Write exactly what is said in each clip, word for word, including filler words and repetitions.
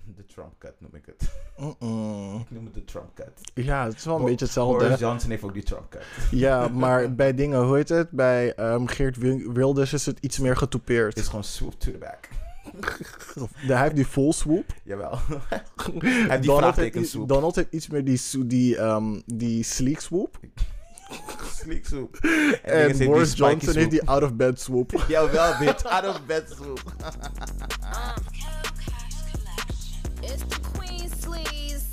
De Trump cut noem ik het. Mm-mm. Ik noem het de Trump cut. Ja, het is wel een Bo- beetje hetzelfde. Boris Johnson heeft ook die Trump cut. Ja, maar bij dingen, hoe heet het? Bij um, Geert Wilders is het iets meer getoupeerd. Het is gewoon swoop to the back. Hij heeft die full swoop. Jawel. Hij heeft die Donald, vraagteken heeft, swoop. Donald heeft iets meer die, so- die, um, die sleek swoop. Sleek swoop. En, En Boris Johnson heeft die out of bed swoop. Jawel, bitch. Out of bed swoop. It's the Queen Sleeves.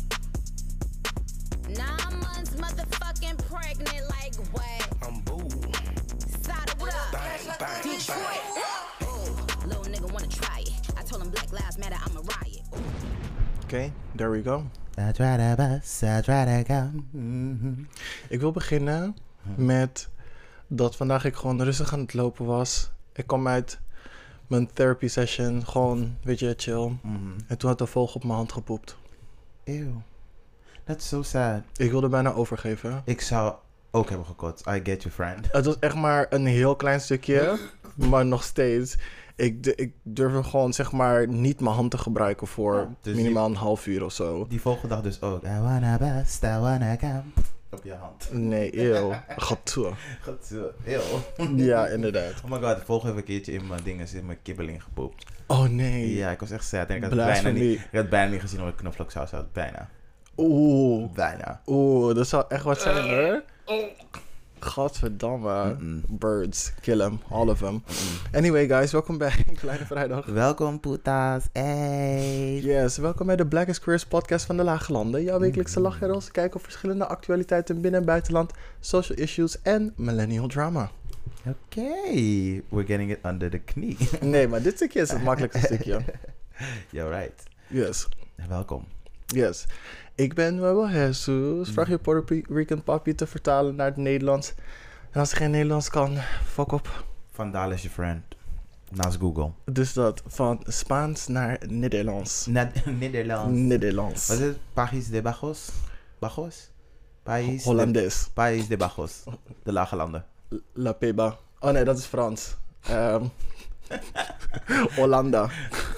Nine months motherfucking pregnant, like what? I'm boo. Side what up? Bang, bang, Detroit. Ooh, little nigga wanna try it. I told him Black Lives Matter, I'm a riot. Oké, okay, there we go. I try to bus, I try to go. Mm-hmm. Ik wil beginnen met dat vandaag ik gewoon rustig aan het lopen was. Ik kwam uit mijn therapy session, gewoon, weet je, chill. Mm-hmm. En toen had de vogel op mijn hand gepoept. Ew. That's so sad. Ik wilde bijna overgeven. Ik zou ook hebben gekot. I get you, friend. Het was echt maar een heel klein stukje, maar nog steeds. Ik, d- ik durf gewoon, zeg maar, niet mijn hand te gebruiken voor Ja, dus minimaal die- een half uur of zo. Die vogel dacht dus ook. I wanna bust, I wanna come. Op je hand. Nee, eeuw. Gatsoe. Goed zo. Ew. Ja, inderdaad. Oh my god, de vogel heeft een keertje in mijn dingen, in mijn kibbeling gepoept. Oh nee. Ja, ik was echt sad. En ik had het bijna Blasphemy. niet, ik had het bijna niet gezien omdat ik knoflooksaus had. Bijna. Oeh. Bijna. Oeh, dat zou echt wat zijn hoor. Godverdamme. Mm-mm. Birds. Kill them. All of them. Anyway guys, welkom bij Kleine Vrijdag. Welkom, poeta's. Hey. Yes, welkom bij de Black is Queers podcast van de Lage Landen. Jouw wekelijkse lachherrels kijken op verschillende actualiteiten binnen en buitenland, social issues en millennial drama. Okay, we're getting it under the knee. Nee, maar dit stukje is het makkelijkste stukje. You're right. Yes. Welkom. Yes. Ik ben Mabel Jesus. Vraag je Puerto Rican papi te vertalen naar het Nederlands. En als ik geen Nederlands kan, fuck op. Vandaal is je friend. Naast Google. Dus dat van Spaans naar Nederlands. Net- Nederlands. Nederlands. Wat is het? País de Bajos? Bajos? País de, Hollandes. País de Bajos. De lage landen. La Peba. Oh nee, dat is Frans. Um, Hollanda.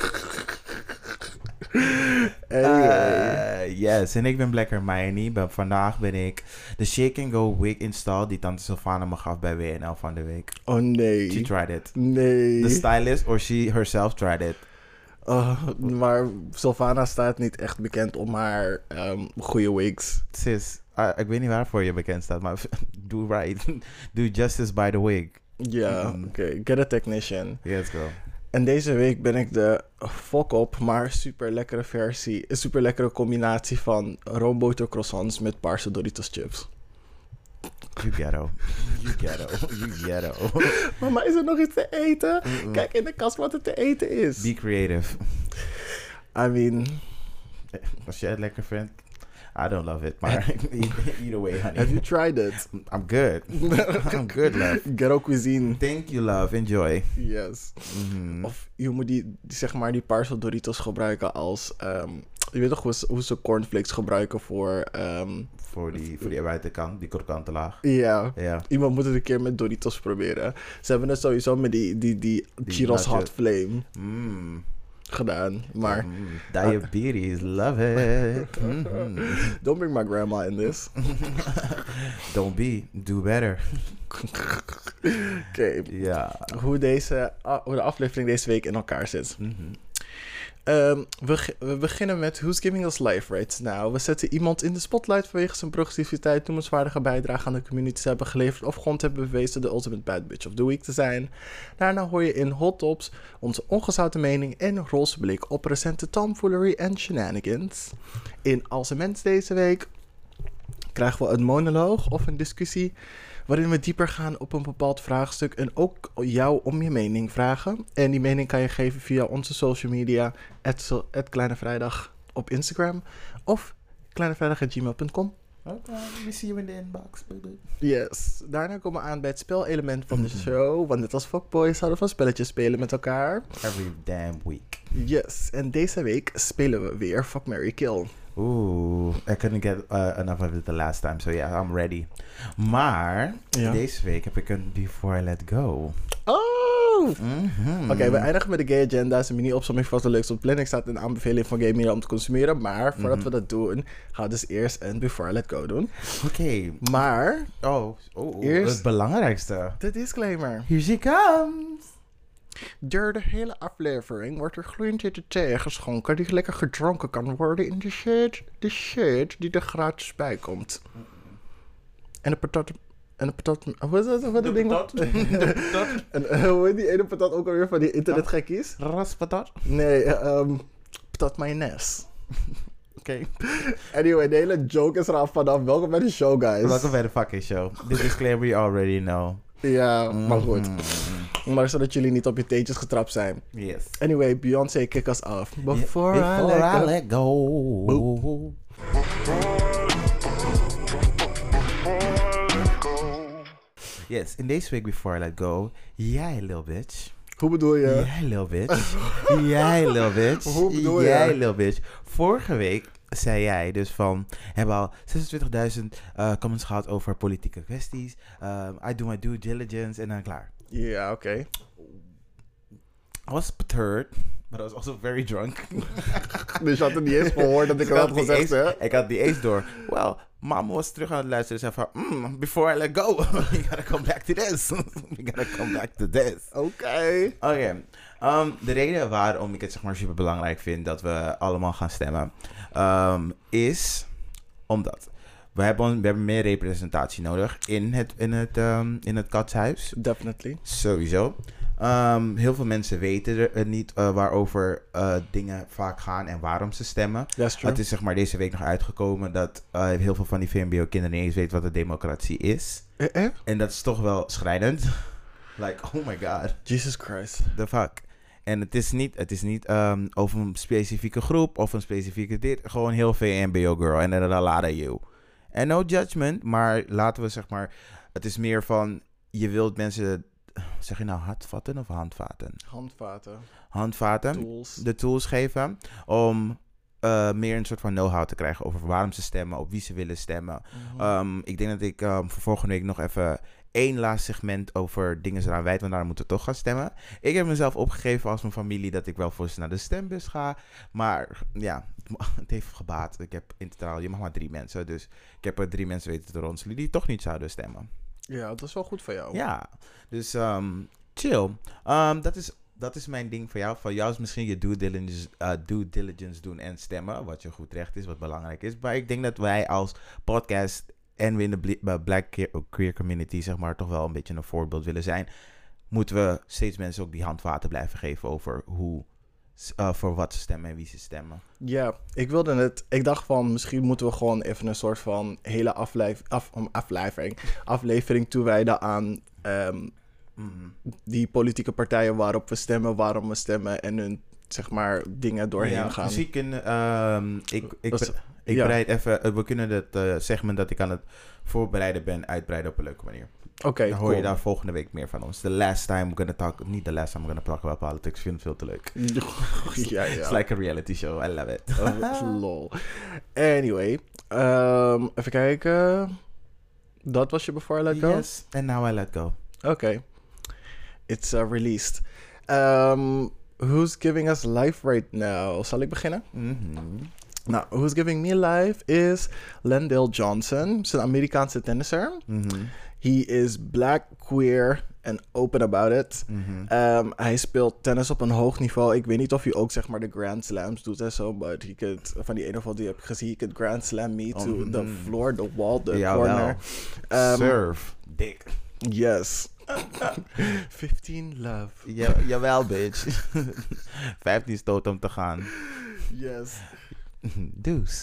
Anyway. Uh, yes, en ik ben Black Hermione. Maar vandaag ben ik de Shake and Go wig install die tante Sylvana me gaf bij W N L van de week. Oh nee. She tried it. Nee. The stylist or she herself tried it. Oh, maar Sylvana staat niet echt bekend om haar um, goede wigs. Sis, uh, ik weet niet waarvoor je bekend staat, maar do right. Do justice by the wig. Ja, Mm. oké. Okay. Get a technician. Yes, girl. En deze week ben ik de fok op, maar super lekkere versie, een super lekkere combinatie van roomboter croissants met paarse Doritos chips. You ghetto. You ghetto. You ghetto. Mama, is er nog iets te eten? Mm-mm. Kijk in de kast wat er te eten is. Be creative. I mean, Als jij het lekker vindt, I don't love it. Maar either way, honey. have you tried it? I'm good. I'm good, love. Ghetto cuisine. Thank you, love. Enjoy. Yes. Mhm. Of je moet die, die, zeg maar, die paarse Doritos gebruiken als... Um, je weet toch hoe ze, hoe ze cornflakes gebruiken voor... Um, Voor die, voor die buitenkant, die krokante laag. ja. Ja. Iemand moet het een keer met Doritos proberen. Ze hebben het sowieso met die, die, die, Die Cheetos nacho- Hot Flame Mm. gedaan. Maar Mm. Diabetes, love it. Mhm. don't bring my grandma in this. Don't be, do better. Oké. Ja. Hoe, deze, ah, hoe de aflevering deze week in elkaar zit. Mhm. Um, we, ge- we beginnen met Who's Giving Us Life Right Now. We zetten iemand in de spotlight vanwege zijn progressiviteit, noemenswaardige bijdrage aan de community te hebben geleverd of gewoon te hebben bewezen de ultimate bad bitch of the week te zijn. Daarna hoor je in Hot Tops onze ongezouten mening en roze blik op recente tomfoolery en shenanigans. In Als een Mens deze week krijgen we een monoloog of een discussie waarin we dieper gaan op een bepaald vraagstuk en ook jou om je mening vragen. En die mening kan je geven via onze social media, at Kleine Vrijdag op Instagram of kleinevrijdag at gmail dot com. Okay, we see you in the inbox. Yes. Daarna komen we aan bij het spelelement van de show, want net als fuckboys houden van spelletjes spelen met elkaar. Every damn week. Yes. En deze week spelen we weer Fuck, Marry, Kill. Oeh, I couldn't get uh, enough of it the last time, so yeah, I'm ready. Maar Ja. deze week heb ik een Before I Let Go. Oh, Woe! Mhm. Oké, we eindigen met de gay agenda. Is een mini-opsomming van wat de leukste op de planning staat en aanbeveling van gay media om te consumeren. Maar voordat Mhm. we dat doen, gaan we dus eerst een Before I Let Go doen. Oké. Maar, Oh, oh, oh, Eerst- het belangrijkste. de disclaimer. Here she comes. Door de hele aflevering wordt er gloeiend thee geschonken die lekker gedronken kan worden in de shit, de shit die er gratis bij komt. En de patat... En de patat... Hoe is dat? Wat De dat ding? patat. De patat. En eh, hoe heet die ene patat ook alweer van die internetgekkies? Raspatat. Nee, eh, ehm patat mayonaise. Oké. Anyway, de hele joke is eraf vanaf. Welkom bij de show, guys. Welkom bij de fucking show. This disclaimer you already know. Ja, maar goed. Mhm. Maar zodat jullie niet op je teentjes getrapt zijn. Yes. Anyway, Beyoncé, kick us off. Before, I, Before let I go. let go. Yes, in deze week Before I Let Go, jij lil bitch. Hoe bedoel je? Jij lil bitch. Jij lil bitch. Hoe bedoel je? Jij lil bitch. Vorige week zei jij dus van, hebben al zesentwintigduizend uh, comments gehad over politieke kwesties. Um, I do my due diligence en dan klaar. Ja, oké. I was perturbed, but I was also very drunk. Dus je had het niet eens gehoord dat ik Dus het had niet gezegd, eens, hè? ik had die eens door. Well, mama was terug aan het luisteren en zei van, mm, before I let go, we gotta come back to this. We gotta come back to this. Oké. Oké, um, de reden waarom ik het zeg maar super belangrijk vind dat we allemaal gaan stemmen, um, is omdat we hebben, we hebben meer representatie nodig in het, in het, um, in het katshuis. Definitely. Sowieso. Um, heel veel mensen weten er niet uh, waarover uh, dingen vaak gaan en waarom ze stemmen. That's true. Het is zeg maar deze week nog uitgekomen dat uh, heel veel van die V M B O-kinderen niet eens weten wat de democratie is. Eh, eh? En dat is toch wel schrijnend. Like, oh my god, Jesus Christ. the fuck. En het is niet, het is niet um, over een specifieke groep of een specifieke dit. Gewoon heel V M B O-girl en dan laat you. En no judgment, maar laten we zeg maar... Het is meer van, je wilt mensen... Zeg je nou handvatten of handvaten? Handvaten. Handvaten. Tools. De tools geven om uh, meer een soort van know-how te krijgen over waarom ze stemmen, op wie ze willen stemmen. Mhm. Um, ik denk dat ik um, voor volgende week nog even één laatst segment over dingen eraan wijd, want daar moeten we toch gaan stemmen. Ik heb mezelf opgegeven als mijn familie dat ik wel voor ze naar de stembus ga. Maar ja, het heeft gebaat. Ik heb in totaal, je mag maar drie mensen, dus ik heb er drie mensen weten te ronselen die toch niet zouden stemmen. Ja, dat is wel goed voor jou. Ja, dus um, chill. Um, dat is... Dat is mijn ding voor jou. Voor jou is misschien je due diligence, uh, due diligence doen en stemmen. Wat je goed recht is, wat belangrijk is. Maar ik denk dat wij als podcast en we in de bli- uh, black queer, queer community zeg maar toch wel een beetje een voorbeeld willen zijn. Moeten we steeds mensen ook die handvaten blijven geven over hoe, uh, voor wat ze stemmen en wie ze stemmen. Ja, ik wilde het. Ik dacht van misschien moeten we gewoon even een soort van hele afleef, af, um, aflevering, aflevering toewijden aan um, Mm. die politieke partijen waarop we stemmen, waarom we stemmen en hun zeg maar dingen doorheen Ja, gaan. misschien kunnen, um, ik, ik, Dat is- ik ja. bereid even, uh, we kunnen het uh, segment dat ik aan het voorbereiden ben uitbreiden op een leuke manier. Oké, okay, Dan hoor je daar volgende week meer van ons. The last time we're gonna talk... Niet the last time we're gonna talk about politics. Ik vind het veel te leuk. ja, ja. It's like a reality show. I love it. Oh, lol. Anyway, um, even kijken. Dat was je Before I Let Go? Yes, and now I let go. Oké. Okay. It's uh, released. Um, who's giving us life right now? Zal ik beginnen? Mm-hmm. Nou, who's giving me life is Landale Johnson. Is een Amerikaanse tennisser. Mm-hmm. He is black, queer and open about it. Mm-hmm. Um, hij speelt tennis op een hoog niveau. Ik weet niet of hij ook zeg maar de Grand Slams doet en zo, but he could, van die ene of die heb ik gezien, he could Grand Slam me to Mm-hmm. the floor, the wall, the Jawel. corner. Um, Surf. Dick. Yes. fifteen love. Ja, jawel, bitch. vijftien stoot om te gaan. Yes. Deuce.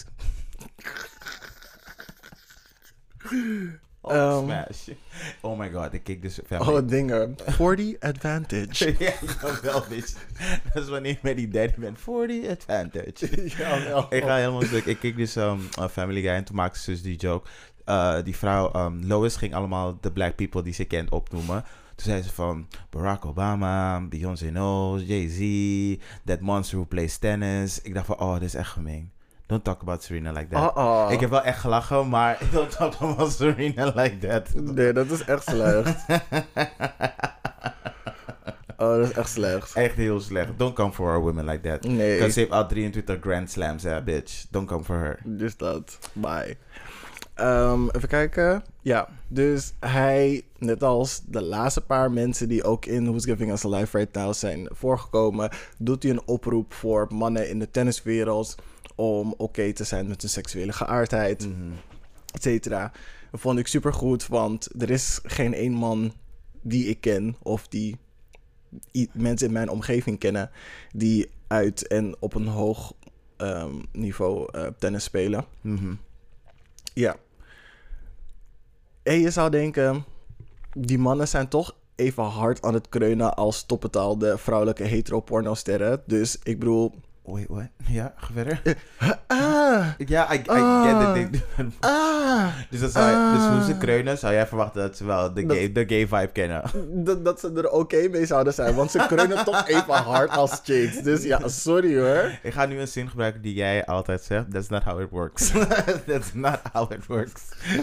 Oh, Um, smash. Oh my god, ik keek dus... family. Oh, dingen. forty advantage. Ja, jawel, bitch. Dat is wanneer je met die daddy bent. forty advantage. Jawel. Ik ga helemaal stuk. Ik keek dus um, uh, Family Guy en toen maakte ze dus die joke. Uh, die vrouw, um, Lois, ging allemaal de black people die ze kent opnoemen. Toen zei ze van Barack Obama, Beyoncé Knowles, Jay-Z, that monster who plays tennis. Ik dacht van, oh, dit is echt gemeen. Don't talk about Serena like that. Uh-uh. Ik heb wel echt gelachen, maar don't talk about Serena like that. Nee, dat is echt slecht. Oh, dat is echt slecht. Echt heel slecht. Don't come for a woman like that. Nee. Because ze heeft al drieëntwintig Grand Slams, hè, bitch. Don't come for her. Dus dat. Bye. Um, even kijken. Ja, dus hij, net als de laatste paar mensen die ook in Who's Giving Us a Life Right Now zijn voorgekomen, doet hij een oproep voor mannen in de tenniswereld om oké okay te zijn met hun seksuele geaardheid, Mm-hmm. et cetera. Dat vond ik supergoed, want er is geen één man die ik ken of die i- mensen in mijn omgeving kennen die uit en op een hoog um, niveau uh, tennis spelen. Mm-hmm. Ja. En je zou denken, die mannen zijn toch even hard aan het kreunen als topbetaalde vrouwelijke hetero-pornosterren. Dus ik bedoel... Wait, what? Ja, ga verder. Ah! Ja, I, I Ah. get it. Ah! Dus, dat zou je, Ah. dus hoe ze kreunen, zou jij verwachten dat ze wel de Dat- gay, de gay vibe kennen. Dat, dat ze er oké mee zouden zijn, want ze kreunen toch even hard als chicks. Dus ja, sorry hoor. Ik ga nu een zin gebruiken die jij altijd zegt. That's not how it works. That's not how it works.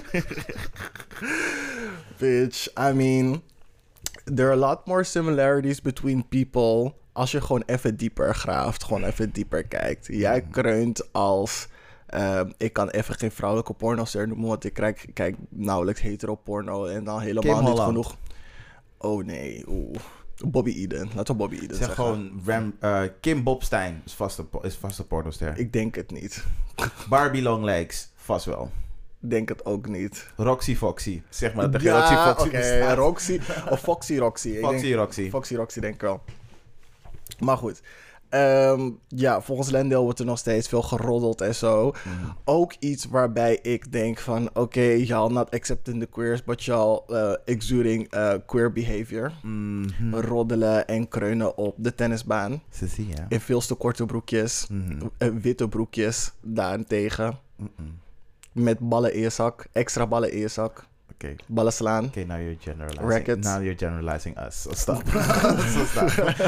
Bitch, I mean, there are a lot more similarities between people als je gewoon even dieper graaft, gewoon even dieper kijkt. Jij kreunt als... Uh, ik kan even geen vrouwelijke pornoster noemen, want ik kijk, kijk nauwelijks hetero porno en dan helemaal Kim niet Holland. genoeg. Oh nee, oeh. Bobby Eden, laten we Bobby Eden Zeg zeggen. gewoon Ram, uh, Kim Bobstein is vast een, po- is vast een pornoster. Ik denk het niet. Barbie Longlegs, vast wel. Denk het ook niet. Roxy Foxy, zeg maar dat er geen Roxy Ja, Foxy oké, bestaat. Roxy of Foxy Roxy. Ik Foxy denk- Roxy. Foxy Roxy denk ik wel. Maar goed. Ehm, ja, volgens Lendale wordt er nog steeds veel geroddeld en zo. Mhm. Ook iets waarbij ik denk van... Oké, okay, y'all not accepting the queers, but y'all uh, exuding uh, queer behavior. Mhm. Roddelen en kreunen op de tennisbaan. Ze zie je. In veel te korte broekjes. Mhm. uh, witte broekjes daarentegen. Mm-mm. Met ballen eerzak. Extra ballen eerzak. Oké. Ballen slaan. Okay, now you're generalizing. Rackets. Now you're generalizing us. So stop. so stop.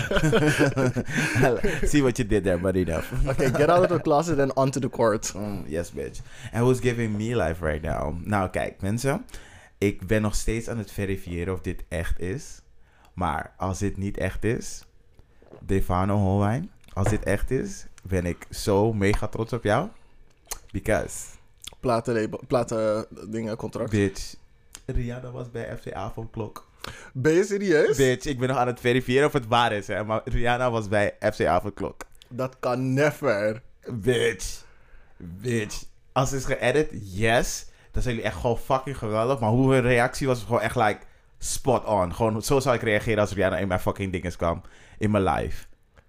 See what you did there, buddy. Enough. Oké, okay, get out of the closet and onto the court. Mm, yes, bitch. And who's giving me life right now? Nou, kijk, mensen. Ik ben nog steeds aan het verifiëren of dit echt is. Maar als dit niet echt is, Defano Holwijn, als dit echt is, ben ik zo mega trots op jou. Because, Platen, platen dingen, contract. bitch, Rihanna was bij F C Avondklok. Ben je serieus? Bitch, ik ben nog aan het verifiëren of het waar is, hè. Maar Rihanna was bij F C Avondklok. Dat kan never. Bitch. Bitch. Als het is geëdit, yes. Dan zijn jullie echt gewoon fucking geweldig. Maar hoe hun reactie was, gewoon echt like spot on. Gewoon zo zou ik reageren als Rihanna in mijn fucking dinges kwam. In mijn live.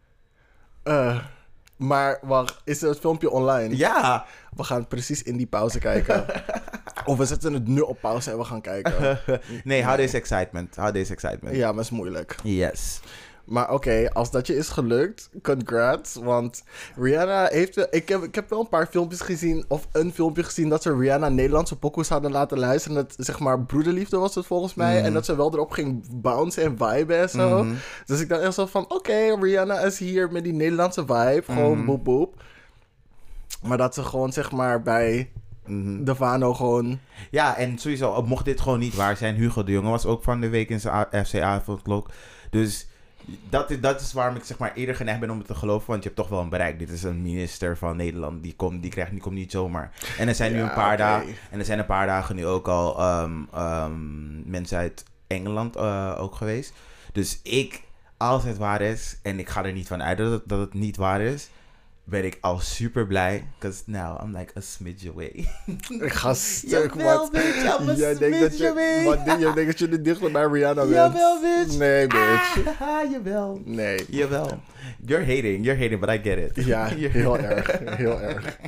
Uh, maar wacht, is het filmpje online? Ja. We gaan precies in die pauze kijken. Of we zetten het nu op pauze en we gaan kijken. Nee, hou deze excitement. Hou deze excitement. Ja, maar is moeilijk. Yes. Maar oké, okay, als dat je is gelukt, congrats. Want Rihanna heeft... Ik heb, ik heb wel een paar filmpjes gezien, of een filmpje gezien... dat ze Rihanna Nederlandse pokoes hadden laten luisteren. Dat, zeg maar, broederliefde was het volgens mij. Mm-hmm. En dat ze wel erop ging bouncen en viben en zo. Mm-hmm. Dus ik dacht echt zo van... Oké, okay, Rihanna is hier met die Nederlandse vibe. Gewoon Mm-hmm. boep boep. Maar dat ze gewoon, zeg maar, bij... Mm-hmm. Devano gewoon... Ja, en sowieso, mocht dit gewoon niet waar zijn... Hugo de Jonge was ook van de week in zijn F C Avondklok. Dus... Dat is, dat is waarom ik zeg maar eerder geneigd ben om het te geloven. Want je hebt toch wel een bereik. Dit is een minister van Nederland. Die komt, die krijgt, die komt niet zomaar. En er zijn nu Ja, een paar oké. dagen. En er zijn een paar dagen nu ook al um, um, mensen uit Engeland uh, ook geweest. Dus ik, als het waar is. En ik ga er niet van uit dat het, dat het niet waar is. Ben ik al super blij. Because now I'm like a smidge away. Ik ga stuk, Jawel, wat... bitch. I'm a Jij denkt dat smidge away. je... Wat, denk- jij denkt dat je de dichter bij Rihanna bent? Jawel, bitch. Nee, bitch. Ah, jawel. Nee. Jawel. You're hating. You're hating, but I get it. Ja, You're- heel erg. Heel erg.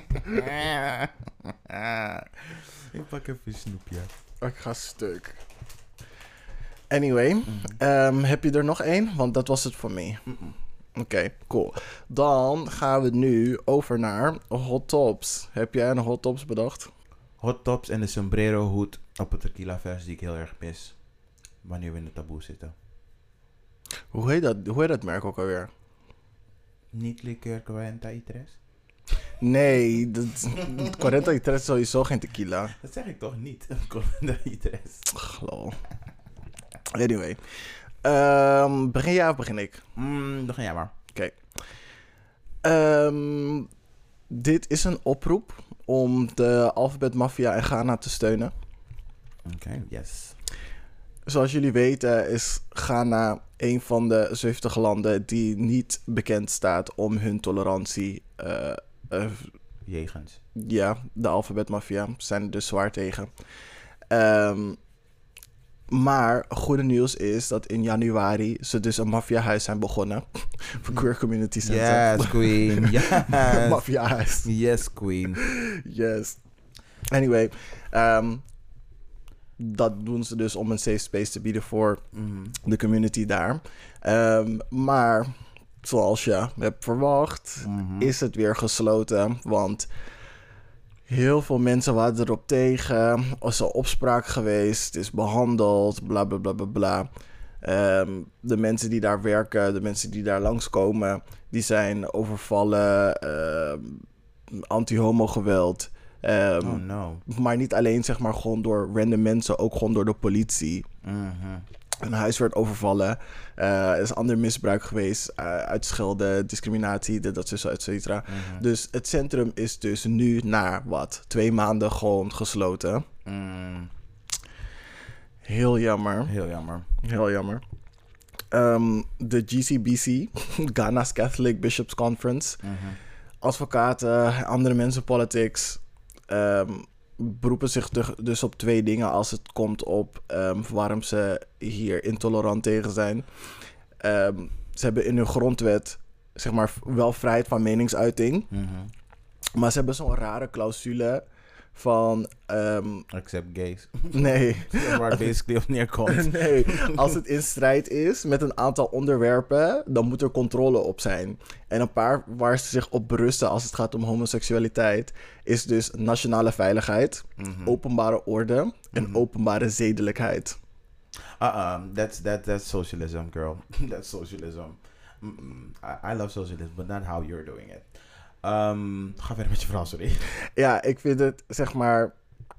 Ik pak even een snoepje. Ik ga stuk. Anyway, ehm, heb je er nog één? Want dat was het voor mij. Oké, okay, cool. Dan gaan we nu over naar hot tops. Heb jij een hot tops bedacht? Hot tops en de sombrero hoed op het tequila vers die ik heel erg mis. Wanneer we in de taboe zitten. Hoe heet dat, hoe heet dat merk ook alweer? Niet liqueur cuarenta y tres? Nee, dat, cuarenta y tres is sowieso geen tequila. Dat zeg ik toch niet? cuarenta y tres. Geloof. Anyway. Um, begin jij of begin ik? Mm, begin jij maar. Oké. Okay. Um, dit is een oproep om de alfabetmafia in Ghana te steunen. Oké, okay, yes. Zoals jullie weten is Ghana een van de zeventig landen die niet bekend staat om hun tolerantie. Uh, uh, Jegens. Ja, de alfabetmafia zijn er dus zwaar tegen. Um, maar goede nieuws is dat in januari ze dus een maffiahuis zijn begonnen. Voor Queer Community Center. Yes, queen. Yes. Maffiahuis. Yes, queen. Yes. Anyway, um, dat doen ze dus om een safe space te bieden voor mm. de community daar. Um, maar zoals je hebt verwacht, mm-hmm. is het weer gesloten. Want heel veel mensen waren erop tegen. Er is al opspraak geweest. Het is behandeld. Bla bla bla bla bla. Um, de mensen die daar werken, de mensen die daar langskomen, die zijn overvallen. Um, anti-homo geweld. Um, oh no. Maar niet alleen zeg maar gewoon door random mensen, ook gewoon door de politie. Mm-hmm. Een huis werd overvallen. Uh, er is ander misbruik geweest. Uh, uitschelden, discriminatie, dit, dat, zo, et cetera. Mm-hmm. Dus het centrum is dus nu na wat? Twee maanden gewoon gesloten. Mm. Heel jammer. Heel jammer. Heel jammer. Um, de G C B C, Ghana's Catholic Bishops Conference. Mm-hmm. Advocaten, andere mensen, politics, um, beroepen zich dus op twee dingen als het komt op um, waarom ze hier intolerant tegen zijn. Um, ze hebben in hun grondwet zeg maar wel vrijheid van meningsuiting, mm-hmm. maar ze hebben zo'n rare clausule van Um, Accept gays. Nee. Waar het basically op neerkomt. Nee. Als het in strijd is met een aantal onderwerpen, dan moet er controle op zijn. En een paar waar ze zich op berusten als het gaat om homoseksualiteit, is dus nationale veiligheid, mm-hmm. openbare orde en mm-hmm. openbare zedelijkheid. Uh-uh. That's, that, that's socialism, girl. That's socialism. Mm-mm. I, I love socialism, but not how you're doing it. Um, ga verder met je verhaal, sorry. Ja, ik vind het, zeg maar...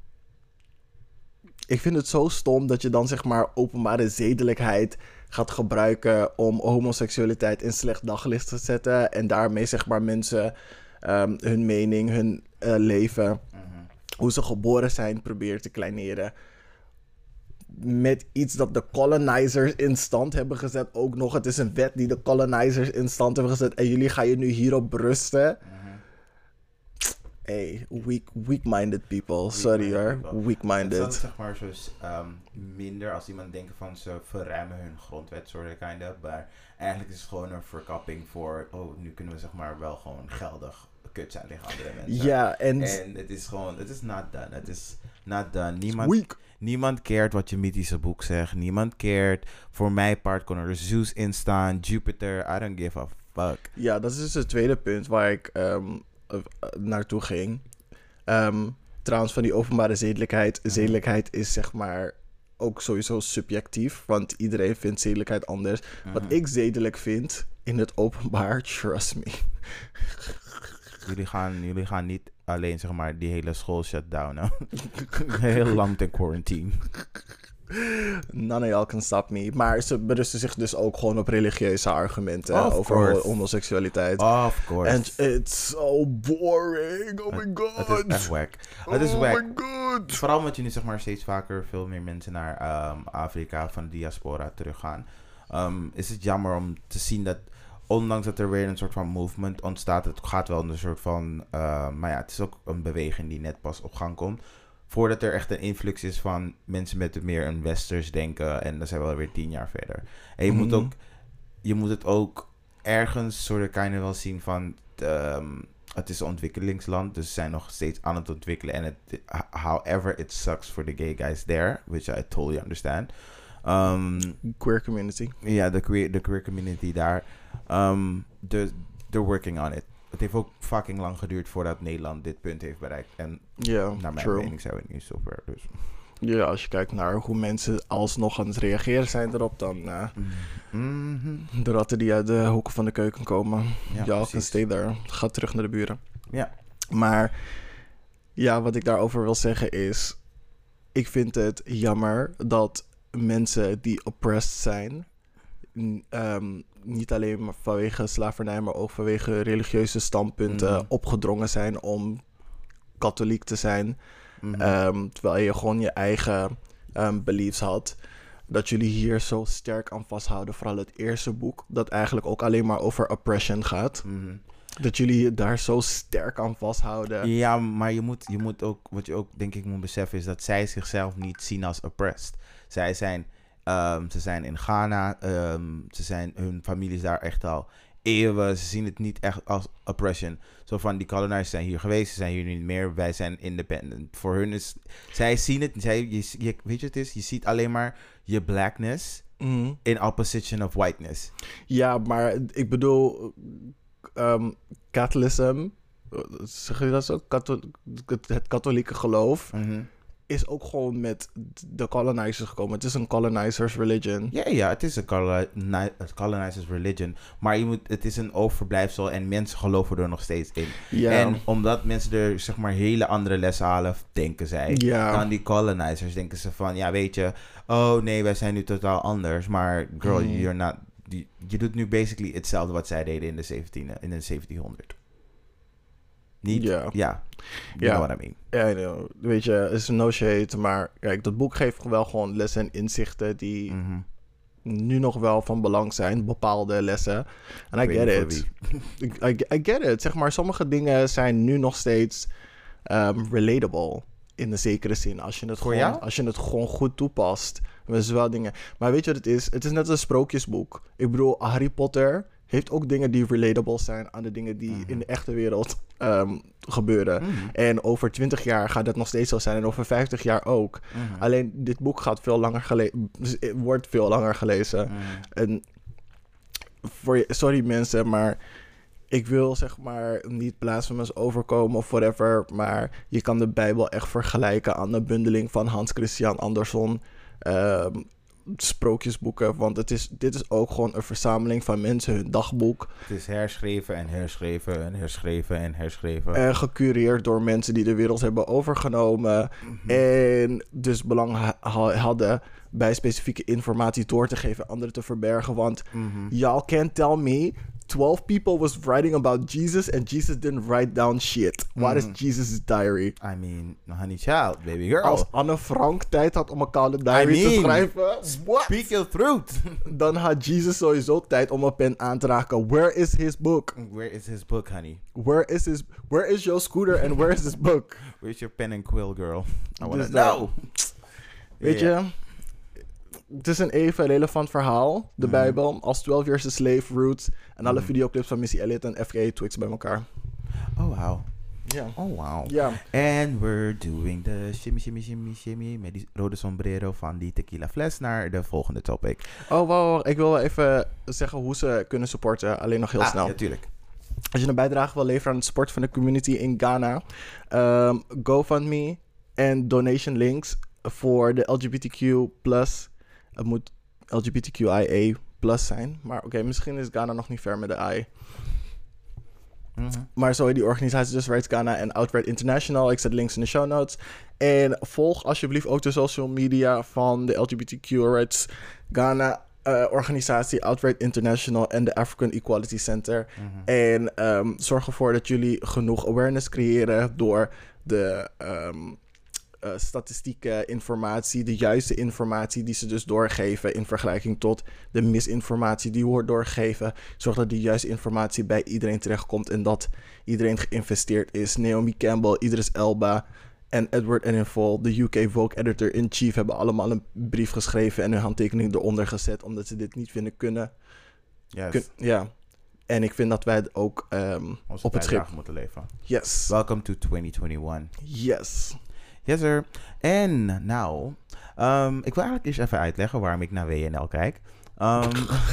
Ik vind het zo stom dat je dan, zeg maar, openbare zedelijkheid gaat gebruiken om homoseksualiteit in slecht daglicht te zetten. En daarmee, zeg maar, mensen um, hun mening, hun uh, leven, mm-hmm. hoe ze geboren zijn, proberen te kleineren. Met iets dat de colonizers in stand hebben gezet ook nog. Het is een wet die de colonizers in stand hebben gezet. En jullie gaan je nu hierop berusten. Mm-hmm. Hey, weak, weak-minded people. Weak Sorry hoor, weak-minded. Het is zeg maar zo um, minder als iemand denkt van ze verruimen hun grondwet, soort kind of. Maar eigenlijk is het gewoon een verkapping voor, oh, nu kunnen we zeg maar wel gewoon geldig kut zijn tegen andere mensen. Ja, en... En het is gewoon, het is not done. Het is not done. Niemand... Weak. Niemand cared wat je mythische boek zegt. Niemand cared. Voor mijn part kon er Zeus in staan. Jupiter. I don't give a fuck. Ja, dat is dus het tweede punt waar ik um, uh, naartoe ging. Um, trouwens, van die openbare zedelijkheid. Mm-hmm. Zedelijkheid is zeg maar ook sowieso subjectief. Want iedereen vindt zedelijkheid anders. Mm-hmm. Wat ik zedelijk vind in het openbaar, trust me. Jullie gaan, jullie gaan niet alleen, zeg maar, die hele school shutdownen. Heel lang in quarantine. None of y'all can stop me. Maar ze berusten zich dus ook gewoon op religieuze argumenten of over course. homoseksualiteit. Of course. And it's so boring. Oh my god. Het is echt wack. Het is oh wack. my god. Vooral omdat je nu, zeg maar, steeds vaker veel meer mensen naar um, Afrika van de diaspora teruggaan. Um, is het jammer om te zien dat, ondanks dat er weer een soort van movement ontstaat, het gaat wel een soort van, uh, maar ja, het is ook een beweging die net pas op gang komt. Voordat er echt een influx is van mensen met meer een westers denken, en dan zijn we alweer tien jaar verder. En je, mm-hmm. moet ook, je moet het ook ergens soort of kind of wel zien van, um, het is een ontwikkelingsland, dus ze zijn nog steeds aan het ontwikkelen. En het, however, it sucks for the gay guys there, which I totally understand. Um, queer community. Ja, de queer, de queer community daar. Um, de, they're working on it. Het heeft ook fucking lang geduurd voordat Nederland dit punt heeft bereikt. En yeah, naar mijn true. mening zijn we nu super. Dus. Ja, als je kijkt naar hoe mensen alsnog aan het reageren zijn erop, dan uh, mm-hmm. de ratten die uit de hoeken van de keuken komen. Ja, y'all can stay there. Ga terug naar de buren. Ja. Maar ja, wat ik daarover wil zeggen is, ik vind het jammer dat mensen die oppressed zijn, n- um, niet alleen maar vanwege slavernij, maar ook vanwege religieuze standpunten Mhm. opgedrongen zijn om katholiek te zijn. Mhm. Um, terwijl je gewoon je eigen um, beliefs had. Dat jullie hier zo sterk aan vasthouden. Vooral het eerste boek, dat eigenlijk ook alleen maar over oppression gaat. Mhm. Dat jullie je daar zo sterk aan vasthouden. Ja, maar je moet, je moet ook, wat je ook denk ik moet beseffen is dat zij zichzelf niet zien als oppressed. Zij zijn, ehm, ze zijn in Ghana, ehm, ze zijn, hun familie is daar echt al eeuwen. Ze zien het niet echt als oppression. Zo van, die colonizers zijn hier geweest, ze zijn hier niet meer, wij zijn independent. Voor hun is, zij zien het, zij, je, je, weet je wat het is? Je ziet alleen maar je blackness Mhm. in opposition of whiteness. Ja, maar ik bedoel, um, katholicism, uh, zeg je dat zo? Katho- het, het katholieke geloof Mhm. is ook gewoon met de colonizers gekomen. Het is een colonizers religion. Ja, ja, het is een coloni- een colonizers religion. Maar je moet, het is een overblijfsel en mensen geloven er nog steeds in. Ja, En omdat mensen er zeg maar hele andere lessen halen, denken zij. Ja. Dan die colonizers denken ze van, ja weet je, oh nee, wij zijn nu totaal anders. Maar girl, Mhm. you're not, die- je doet nu basically hetzelfde wat zij deden in de zeventiende, in de zeventienhonderd. Niet? Ja. Ja. You Ja. know what I mean. Ja, I know. Weet je, het is no shade, maar kijk, dat boek geeft wel gewoon lessen en inzichten die Mhm. nu nog wel van belang zijn, bepaalde lessen. En I Ik weet get niet it. voor I, I, I get it. Zeg maar, sommige dingen zijn nu nog steeds um, relatable in een zekere zin. Als je het, Voor gewoon, jou? als je het gewoon goed toepast. Dat is wel dingen. Maar weet je wat het is? Het is net een sprookjesboek. Ik bedoel, Harry Potter heeft ook dingen die relatable zijn aan de dingen die Mhm. in de echte wereld um, gebeuren. Mhm. En over twintig jaar gaat dat nog steeds zo zijn. En over vijftig jaar ook. Mhm. Alleen dit boek gaat veel langer gelezen. Wordt veel langer gelezen. Mhm. En voor je, sorry mensen, maar ik wil zeg maar niet blasphemous overkomen of whatever. Maar je kan de Bijbel echt vergelijken aan de bundeling van Hans Christian Andersen. ehm, sprookjesboeken. Want het is, dit is ook gewoon een verzameling van mensen, hun dagboek. Het is herschreven en herschreven en herschreven en herschreven. En gecureerd door mensen die de wereld hebben overgenomen. Mhm. En dus belang ha- ha- hadden bij specifieke informatie door te geven, anderen te verbergen. Want Mhm. y'all can't tell me twelve people was writing about Jesus and Jesus didn't write down shit. What is Mhm. Jesus' diary? I mean, honey child, baby girl. Als Anne Frank tijd had om een koude diary I te mean, schrijven, what? Speak your truth. Dan had Jesus sowieso tijd om een pen aan te raken. Where is his book? Where is his book, honey? Where is his? Where is your scooter and where is his book? Where's your pen and quill, girl? I wanna Dus dat- know. Weet Ja. je, het is een even relevant verhaal, de Mhm. Bijbel, als twelve Years a Slave, Roots en alle Mhm. videoclips van Missy Elliott en F K Twix bij elkaar. Oh, wow. Ja. Oh, wow. Ja. And we're doing the shimmy, shimmy, shimmy, shimmy met die rode sombrero van die tequila fles naar de volgende topic. Oh, wow, ik wil wel even zeggen hoe ze kunnen supporten, alleen nog heel ah, snel. natuurlijk. Als je een bijdrage wil leveren aan het support van de community in Ghana, um, GoFundMe en donation links voor de L G B T Q plus. Het moet L G B T Q I A plus zijn, maar oké, okay, misschien is Ghana nog niet ver met de I. Mhm. Maar zo heet die organisatie dus Rights Ghana en Outright International. Ik zet links in de show notes. En volg alsjeblieft ook de social media van de L G B T Q Rights Ghana uh, organisatie Outright International en de African Equality Center. Mhm. En um, zorg ervoor dat jullie genoeg awareness creëren door de um, uh, statistieke informatie, de juiste informatie die ze dus doorgeven in vergelijking tot de misinformatie die wordt doorgegeven. Zorg dat die juiste informatie bij iedereen terechtkomt en dat iedereen geïnvesteerd is. Naomi Campbell, Idris Elba en Edward Enninful, de U K Vogue editor-in-chief, hebben allemaal een brief geschreven en hun handtekening eronder gezet, omdat ze dit niet vinden kunnen. Yes. Kun- ja. En ik vind dat wij het ook um, Onze op het schip... bijdrage moeten leveren. Yes. Welcome to twenty twenty-one. Yes. Yes, sir. En nou, um, ik wil eigenlijk eerst even uitleggen waarom ik naar W N L kijk. Um,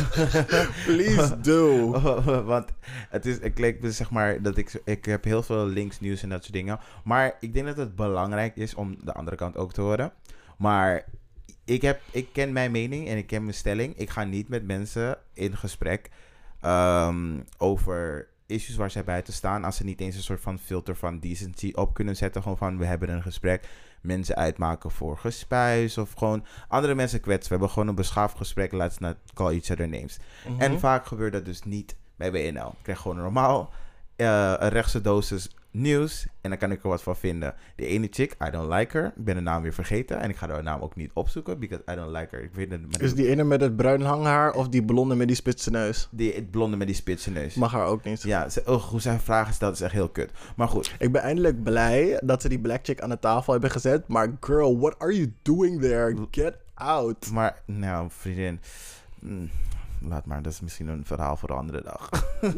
Please do. Want het is, ik leek zeg maar dat ik, ik heb heel veel links, nieuws en dat soort dingen. Maar ik denk dat het belangrijk is om de andere kant ook te horen. Maar ik, heb, ik ken mijn mening en ik ken mijn stelling. Ik ga niet met mensen in gesprek um, over issues waar zij buiten staan. Als ze niet eens een soort van filter van decency op kunnen zetten. Gewoon van, we hebben een gesprek. Mensen uitmaken voor gespuis. Of gewoon andere mensen kwetsen. We hebben gewoon een beschaafd gesprek. Let's not call each other names. Mhm. En vaak gebeurt dat dus niet bij B N L. Ik krijg gewoon normaal uh, een rechtse dosis nieuws. En dan kan ik er wat van vinden. De ene chick, I don't like her. Ik ben de naam weer vergeten. En ik ga de naam ook niet opzoeken. Because I don't like her. Ik weet het, Is die ene met het bruin hanghaar of die blonde met die spitse neus? Die het blonde met die spitse neus. Mag haar ook niet. Ja, ze, oh, hoe zijn vragen stelt is echt heel kut. Maar goed. Ik ben eindelijk blij dat ze die black chick aan de tafel hebben gezet. Maar girl, what are you doing there? Get out. Maar, nou, vriendin. Mm, laat maar, dat is misschien een verhaal voor een andere dag.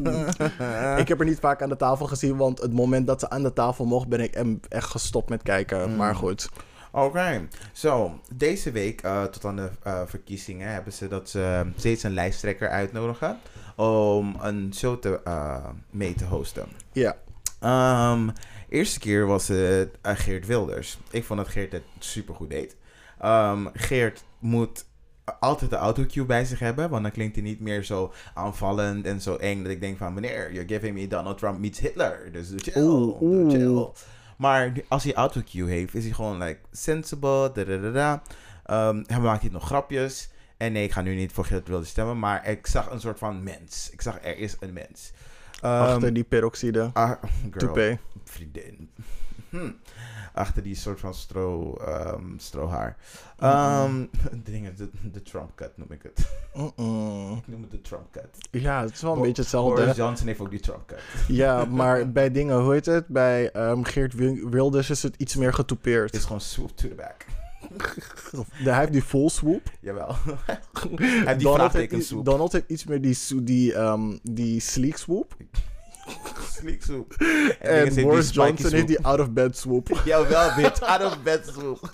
Ik heb haar niet vaak aan de tafel gezien, want het moment dat ze aan de tafel mocht, ben ik em- echt gestopt met kijken. Mm. Maar goed. Oké, okay. Zo, deze week uh, tot aan de uh, verkiezingen hebben ze dat ze steeds een lijsttrekker uitnodigen om een show te, uh, mee te hosten. Ja. Um, eerste keer was het uh, Geert Wilders. Ik vond dat Geert het supergoed deed. Um, Geert moet altijd de autocue bij zich hebben, want dan klinkt hij niet meer zo aanvallend en zo eng dat ik denk van, meneer, you're giving me Donald Trump meets Hitler. Dus doe chill, Oeh, doe oeh. chill. Maar als hij autocue heeft, is hij gewoon like sensible, da da da da. Um, hij maakt niet nog grapjes. En nee, ik ga nu niet voor Geert Wilders stemmen, maar ik zag een soort van mens. Ik zag, er is een mens. Um, Achter die peroxide. ah, girl, Toupee. vriendin. Hm. Achter die soort van stro, um, strohaar. Mm-mm. Um, dingen, de, de Trump cut noem ik het. Mm-mm. Ik noem het de Trump cut. Ja, het is wel een Bo- beetje hetzelfde. Boris Johnson heeft ook die Trump cut. Ja, maar bij dingen, hoe heet het? Bij um, Geert Wil- Wilders is het iets meer getoupeerd. Het is gewoon swoop to the back. De, hij heeft die full swoop. Jawel. Hij heeft die Donald heeft, vraagteken iets- swoop. Donald heeft iets meer die, so- die, um, die sleek swoop. Sleek swoop. En, dingen heeft Boris die spiky Johnson swoop. heeft die out of bed swoop. Jawel, bitch. Out of bed swoop.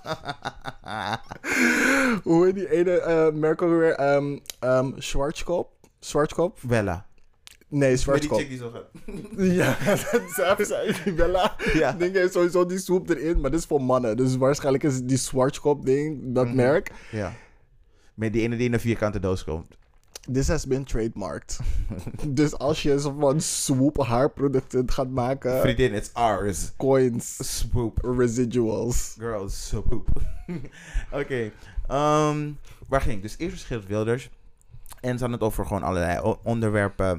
Hoe heet die ene uh, merk ook weer? Um, um, Schwarzkopf? Schwarzkopf? Bella. Nee, Met die Schwarzkopf. chick die zo gaat. Ja, dat is zei die Bella. Ja. Ding heeft sowieso die swoop erin, maar dit is voor mannen. Dus waarschijnlijk is het die Schwarzkopf ding, dat Mhm. merk. Ja. Met die ene die in een vierkante doos komt. This has been trademarked. Dus als je zo van swoop haarproducten gaat maken, Vriendin, it's ours. coins, Swoop. residuals. Girl, swoop. Oké. Okay. Um, waar ging ik? Dus eerst was Geert Wilders. En ze hadden het over gewoon allerlei o- onderwerpen.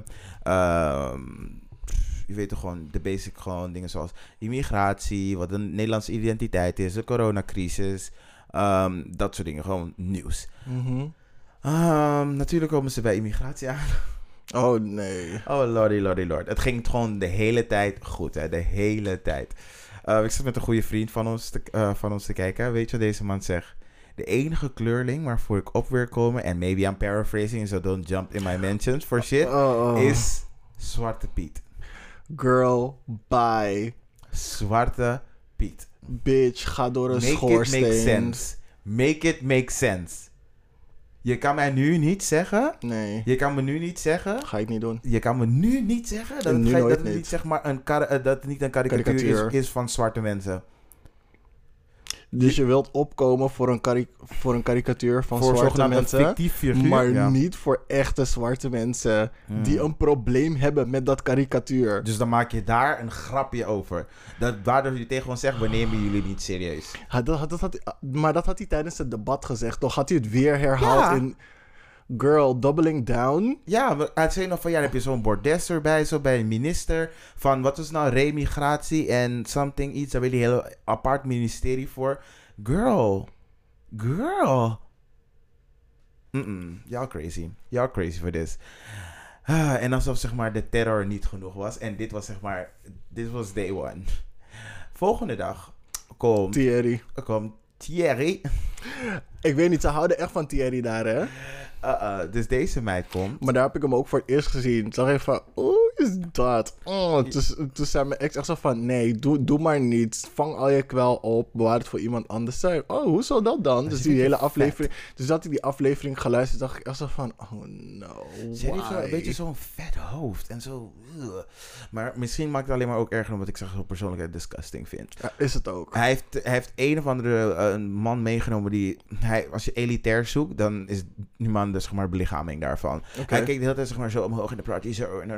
Um, je weet toch gewoon de basic gewoon dingen zoals immigratie, wat de Nederlandse identiteit is, de coronacrisis. Um, dat soort dingen, gewoon nieuws. Mhm. Um, natuurlijk komen ze bij immigratie aan. Oh nee. Oh lordy, lordy, lord. Het ging gewoon de hele tijd goed, hè. De hele tijd. Uh, ik zat met een goede vriend van ons te, uh, van ons te kijken. Weet je wat deze man zegt? De enige kleurling waarvoor ik op wil komen, en maybe I'm paraphrasing, so don't jump in my mentions for shit, Oh, oh. is Zwarte Piet. Girl, bye. Zwarte Piet. Bitch, ga door een Make it schoorsteen. make sense. Make it make sense. Je kan mij nu niet zeggen, Nee, je kan me nu niet zeggen, ga ik niet doen. je kan me nu niet zeggen dat En het, nu ge- nooit dat het niet. niet, zeg maar een kar- uh, dat het niet een karikatuur, Karikatuur. Is, is van zwarte mensen. Dus je wilt opkomen voor een, kari- voor een karikatuur van Voor zwarte zogenaamd een mensen, fictief figuur. maar ja. niet voor echte zwarte mensen Hmm. die een probleem hebben met dat karikatuur. Dus dan maak je daar een grapje over. Dat, waardoor je tegen ons zegt, we nemen jullie niet serieus. Ha, dat, had- dat had, maar dat had hij tijdens het debat gezegd. Toch had hij het weer herhaald Ja. in... Girl, doubling down. Ja, maar hij zei nog van, ja, dan heb je zo'n bordes erbij, zo bij een minister. Van, wat is nou remigratie en something, iets. Daar wil je een heel apart ministerie voor. Girl. Girl. Mm-mm. Y'all crazy. Y'all crazy for this. Ah, en alsof, zeg maar, de terror niet genoeg was. En dit was, zeg maar, dit was day one. Volgende dag komt, Thierry. komt Thierry. Ik weet niet, ze houden echt van Thierry daar, hè? Uh-uh, dus deze meid komt. Maar daar heb ik hem ook voor het eerst gezien. Toen zag ik van, oeh, is dat? Oh, toen, toen zei mijn ex echt zo van, nee, doe, doe maar niet. Vang al je kwel op, bewaar het voor iemand anders. Zei, oh, hoe zou dat dan? Maar Dus ze die vindt hele het aflevering, dus dat ik die aflevering geluisterd, dacht ik echt zo van, oh no, Ze heeft zo why? een beetje zo'n vet hoofd en zo. ugh. Maar misschien maakt het alleen maar ook erger omdat ik ze zo persoonlijk disgusting vind. Ja, is het ook. Hij heeft, hij heeft een of andere uh, een man meegenomen die... Hij, als je elitair zoekt, dan is die man dus zeg maar belichaming daarvan. Oké. Hij keek de hele tijd zeg maar zo omhoog in de praat. Zo, en dan blablabla.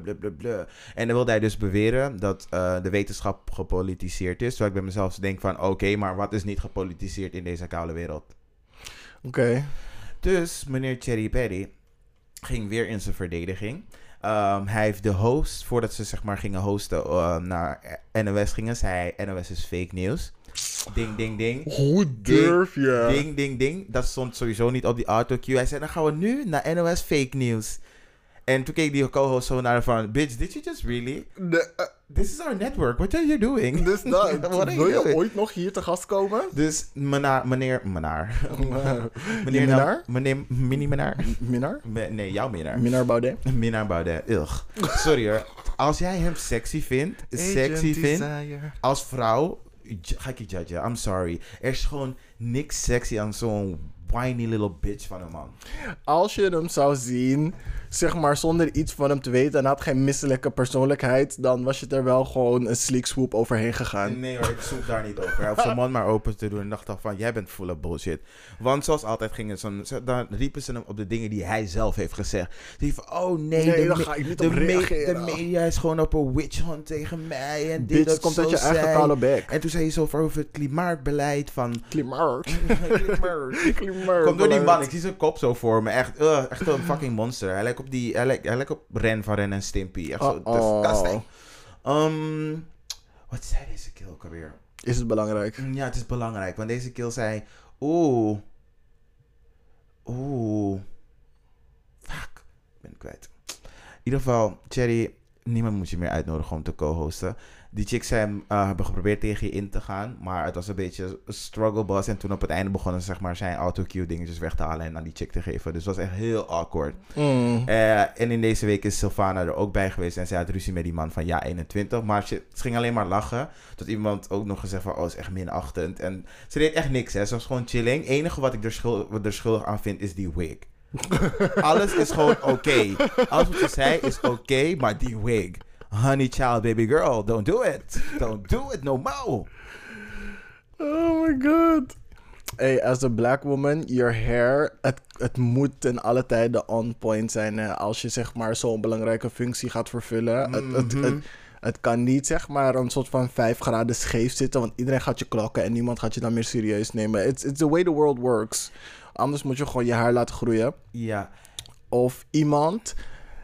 blablabla. En dan wilde hij dus beweren dat uh, de wetenschap gepolitiseerd is. Terwijl ik bij mezelf denk van, oké, okay, maar wat is niet gepolitiseerd in deze koude wereld? Oké. Okay. Dus meneer Cherry Perry ging weer in zijn verdediging. Um, hij heeft de host, voordat ze zeg maar gingen hosten uh, naar N O S gingen, zei hij, N O S is fake news. Ding, ding, ding. Hoe durf je? Ding, ding, ding, ding. Dat stond sowieso niet op die autocue. Hij zei, dan gaan we nu naar N O S fake news. En toen keek die co-host zo naar van, bitch, did you just really? De, uh, This is our network. What are you doing? Dus dat, What wil je doing? Ooit nog hier te gast komen? Dus meneer, meneer, meneer. meneer, meneer, meneer, mini-meneer. Minnaar? Nee, jouw minnaar. Minnaar Baudet. Minnaar Baudet, ugh. Sorry hoor. Als jij hem sexy vindt, sexy vindt, als vrouw, ga ik je judgen. I'm sorry. Er is gewoon niks sexy aan zo'n whiny little bitch van een man. Als je hem zou zien, zeg maar zonder iets van hem te weten en had geen misselijke persoonlijkheid, dan was je er wel gewoon een sleek swoop overheen gegaan. Nee hoor, ik zoek daar niet over. Hij hoeft zijn mond maar open te doen en dacht dan van, jij bent full of bullshit. Want zoals altijd gingen ze, dan riepen ze hem op de dingen die hij zelf heeft gezegd. Die van, oh nee, nee de, dan ga ik niet de, op reageren. de media is gewoon op een witch hunt tegen mij. En dit, Bitch, dat komt zo uit je eigen zei. koude bek. En toen zei hij zo over het klimaatbeleid van... Klimaat. Klimaat. Klimaat. Kom door die man, ik zie zijn kop zo voor me. Echt, uh, echt een fucking monster. Hij lijkt op die, hij lijkt, hij lijkt op Ren van Ren en Stimpy. Echt zo oh, disgusting. Um, wat zei deze kill ook alweer? Is het belangrijk? Ja, het is belangrijk. Want deze kill zei... Oeh. Oeh. Fuck. Ik ben het kwijt. In ieder geval, Cherry... Niemand moet je meer uitnodigen om te co-hosten. Die chicks zijn, uh, hebben geprobeerd tegen je in te gaan. Maar het was een beetje een struggle bus. En toen op het einde begonnen zeg maar, zijn autocue dingetjes weg te halen en aan die chick te geven. Dus het was echt heel awkward. Mm. Uh, en in deze week is Sylvana er ook bij geweest. En zij had ruzie met die man van ja eenentwintig. Maar ze, ze ging alleen maar lachen. Tot iemand ook nog gezegd van oh, is echt minachtend. En ze deed echt niks. Hè. Ze was gewoon chilling. Het enige wat ik er, schuld, wat er schuldig aan vind is die wig. Alles is gewoon oké. Okay. Alles wat ze zei is oké, okay, maar die wig. Honey child, baby girl, don't do it. Don't do it no more. Oh my god. Hey, as a black woman, your hair, het, het moet ten alle tijde on point zijn. Hè? Als je zeg maar zo'n belangrijke functie gaat vervullen. Mm-hmm. het, het, het, het kan niet zeg maar een soort van vijf graden scheef zitten. Want iedereen gaat je klokken en niemand gaat je dan meer serieus nemen. It's, it's the way the world works. Anders moet je gewoon je haar laten groeien. Ja. Of iemand...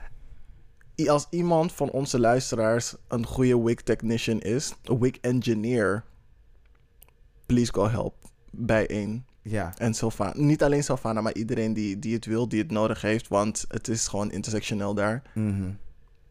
Als iemand van onze luisteraars een goede wig technician is, een wig engineer, please go help bij één. Ja. En Sylvana, niet alleen Sylvana, maar iedereen die, die het wil, die het nodig heeft, want het is gewoon intersectioneel daar. Mm-hmm.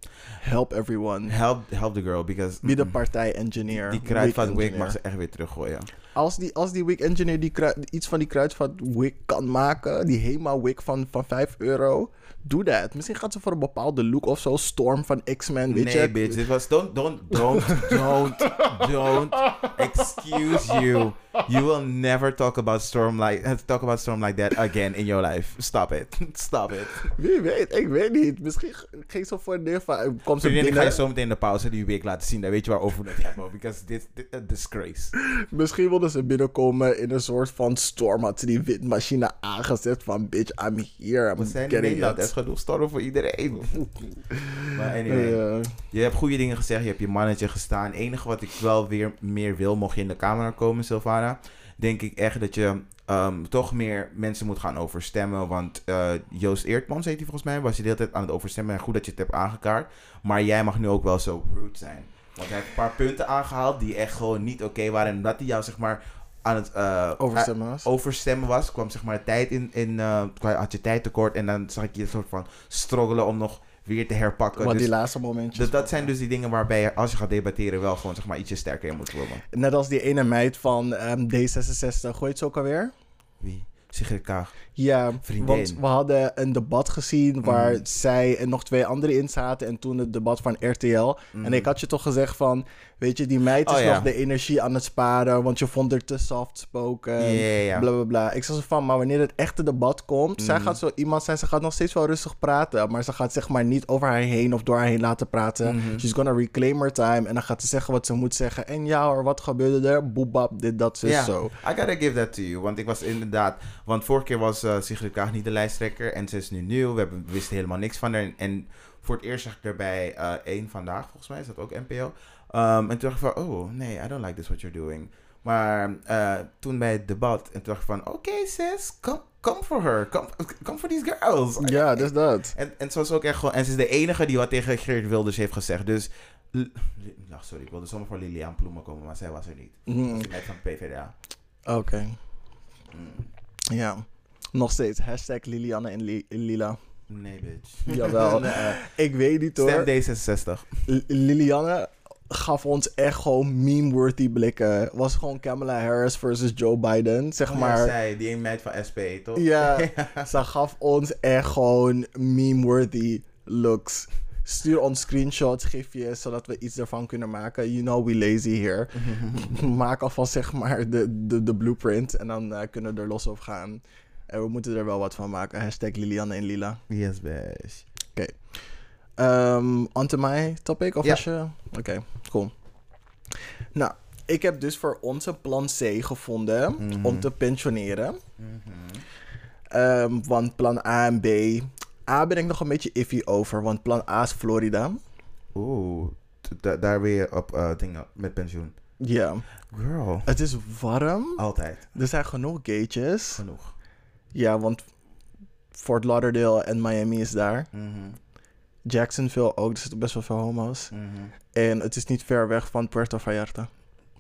Help everyone. Help, help the girl, because... Wie de partij-engineer. Die, die kruidvat wig mag ze echt weer teruggooien. Als die, als die wig engineer die kruid, iets van die kruidvat wig kan maken, die Hema wig van, van vijf euro... Doe dat. Misschien gaat ze voor een bepaalde look of zo. Storm van X-Men, weet nee, je? bitch. Dit was... Don't, don't, don't, don't, don't excuse you. You will never talk about Storm like... Talk about Storm like that again in your life. Stop it. Stop it. Wie weet. Ik weet niet. Misschien ging ze voor een deel van... Kom ze binnen. Ik ga je zo meteen in de pauze die week laten zien. Dan weet je waarover we het hebben. Because dit is a disgrace. Misschien wilden ze binnenkomen in een soort van storm. Had ze die windmachine aangezet van... Bitch, I'm here. I'm we zijn in Nederland. Er is genoeg storm voor iedereen. Maar anyway. Uh, je hebt goede dingen gezegd. Je hebt je mannetje gestaan. Het enige wat ik wel weer meer wil... Mocht je in de camera komen, Sylvana... Denk ik echt dat je um, toch meer mensen moet gaan overstemmen. Want uh, Joost Eertmans heet hij volgens mij. Was je de hele tijd aan het overstemmen. En goed dat je het hebt aangekaart. Maar jij mag nu ook wel zo rude zijn. Want hij heeft een paar punten aangehaald die echt gewoon niet oké okay waren. En omdat hij jou zeg maar aan het uh, overstemmen was. overstemmen was. Kwam zeg maar tijd in. in uh, had je tijd tekort. En dan zag ik je een soort van struggelen om nog weer te herpakken. Wat dus, die laatste momentjes. Dus dat zijn dus die dingen waarbij je, als je gaat debatteren, wel gewoon zeg maar ietsje sterker in moet worden. Net als die ene meid van um, D zesenzestig. Hoe heet ze ook alweer? Wie? Sigrid Kaag. Ja, vriendin. Want we hadden een debat gezien waar mm. zij en nog twee anderen in zaten. En toen het debat van R T L. Mm. En ik had je toch gezegd van... Weet je, die meid is oh, ja. nog de energie aan het sparen. Want je vond er te soft spoken. Yeah, yeah, yeah. Bla, bla, bla. Ik zei zo van, maar wanneer het echte debat komt... Mm. Zij gaat zo iemand zijn, ze gaat nog steeds wel rustig praten. Maar ze gaat zeg maar niet over haar heen of door haar heen laten praten. Mm-hmm. She's gonna reclaim her time. En dan gaat ze zeggen wat ze moet zeggen. En ja hoor, wat gebeurde er? Boebab, dit, dat, zo. Ja, yeah. I gotta give that to you. Want ik was inderdaad... Want vorige keer was uh, Sigrid Kaag niet de lijsttrekker. En ze is nu nieuw. We, hebben, we wisten helemaal niks van haar. En... en voor het eerst zag ik erbij uh, één vandaag, volgens mij is dat ook N P O. Um, en toen dacht ik van, oh nee, I don't like this what you're doing. Maar uh, toen bij het debat, en toen dacht ik van, oké okay, sis, come, come for her, come, come for these girls. Ja, dus dat. En, en ze was ook echt gewoon, en ze is de enige die wat tegen Geert Wilders heeft gezegd. Dus, l- nou sorry, ik wilde zomaar voor Lilian Ploemen komen, maar zij was er niet. Mm. Dat is net van P V D A. Oké. Okay. Mm. Ja. Nog steeds. Hashtag Lilianne en Li- Lila. Nee, bitch. Jawel. nee, uh, Ik weet niet hoor. Stem D zesenzestig. L- Lilianne gaf ons echt gewoon meme-worthy blikken. Was gewoon Kamala Harris versus Joe Biden, zeg oh, maar. Ja, zij, die een meid van S P, toch? Ja, ze gaf ons echt gewoon meme-worthy looks. Stuur ons screenshots, gifjes, zodat we iets ervan kunnen maken. You know we lazy here. Maak alvast zeg maar de, de, de blueprint en dan uh, kunnen we er los op gaan. En we moeten er wel wat van maken. Hashtag Lilianne en Lila. Yes, bitch. Oké. Okay. Um, on to my topic? Of ja. als je... Oké, okay, cool. Nou, ik heb dus voor onze plan C gevonden mm-hmm. om te pensioneren. Mm-hmm. Um, want plan A en B... A ben ik nog een beetje iffy over, want plan A is Florida. Oeh, d- daar weer op uh, dingen met pensioen. Ja. Girl. Het is warm. Altijd. Er zijn genoeg gates. Genoeg. Ja, want Fort Lauderdale en Miami is daar. Mm-hmm. Jacksonville ook, er zitten best wel veel homo's. Mm-hmm. En het is niet ver weg van Puerto Vallarta.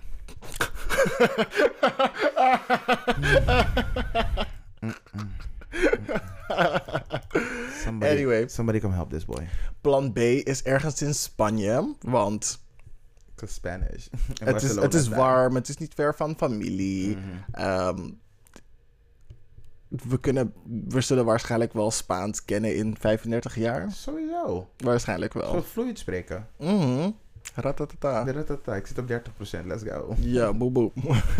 somebody, Anyway. Somebody come help this boy. Plan B is ergens in Spanje, want... Cause Spanish. het, is, het is warm, het is niet ver van familie. Mm-hmm. Um, we, kunnen, we zullen waarschijnlijk wel Spaans kennen in vijfendertig jaar. Sowieso. Waarschijnlijk wel. Zo vloeiend spreken. Mhm. Ratatata. Ratatata. Ik zit op dertig procent. Let's go. Ja, boe boe.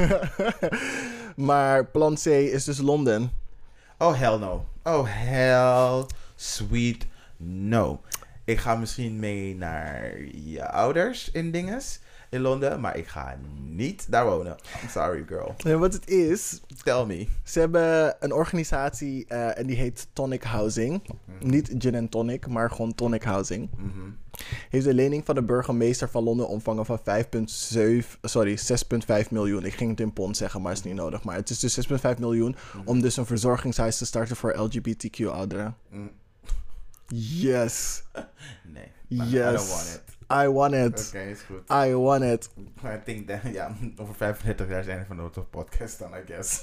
Maar plan C is dus Londen. Oh, hell no. Oh, hell sweet no. Ik ga misschien mee naar je ouders in dinges in Londen, maar ik ga niet daar wonen. I'm sorry, girl. En wat het is... Tell me. Ze hebben een organisatie uh, en die heet Tonic Housing. Mm-hmm. Niet Gin and Tonic, maar gewoon Tonic Housing. Mm-hmm. Heeft een lening van de burgemeester van Londen ontvangen van vijf komma zeven, sorry, zes komma vijf miljoen. Ik ging het in pond zeggen, maar is niet nodig. Maar het is dus zes komma vijf miljoen mm-hmm. om dus een verzorgingshuis te starten voor L G B T Q-ouderen. Mm. Yes. Nee. Yes. I don't want it. I want it. Oké, okay, is goed. I want it. I think that, ja, over vijfendertig jaar zijn er van de podcast dan, I guess.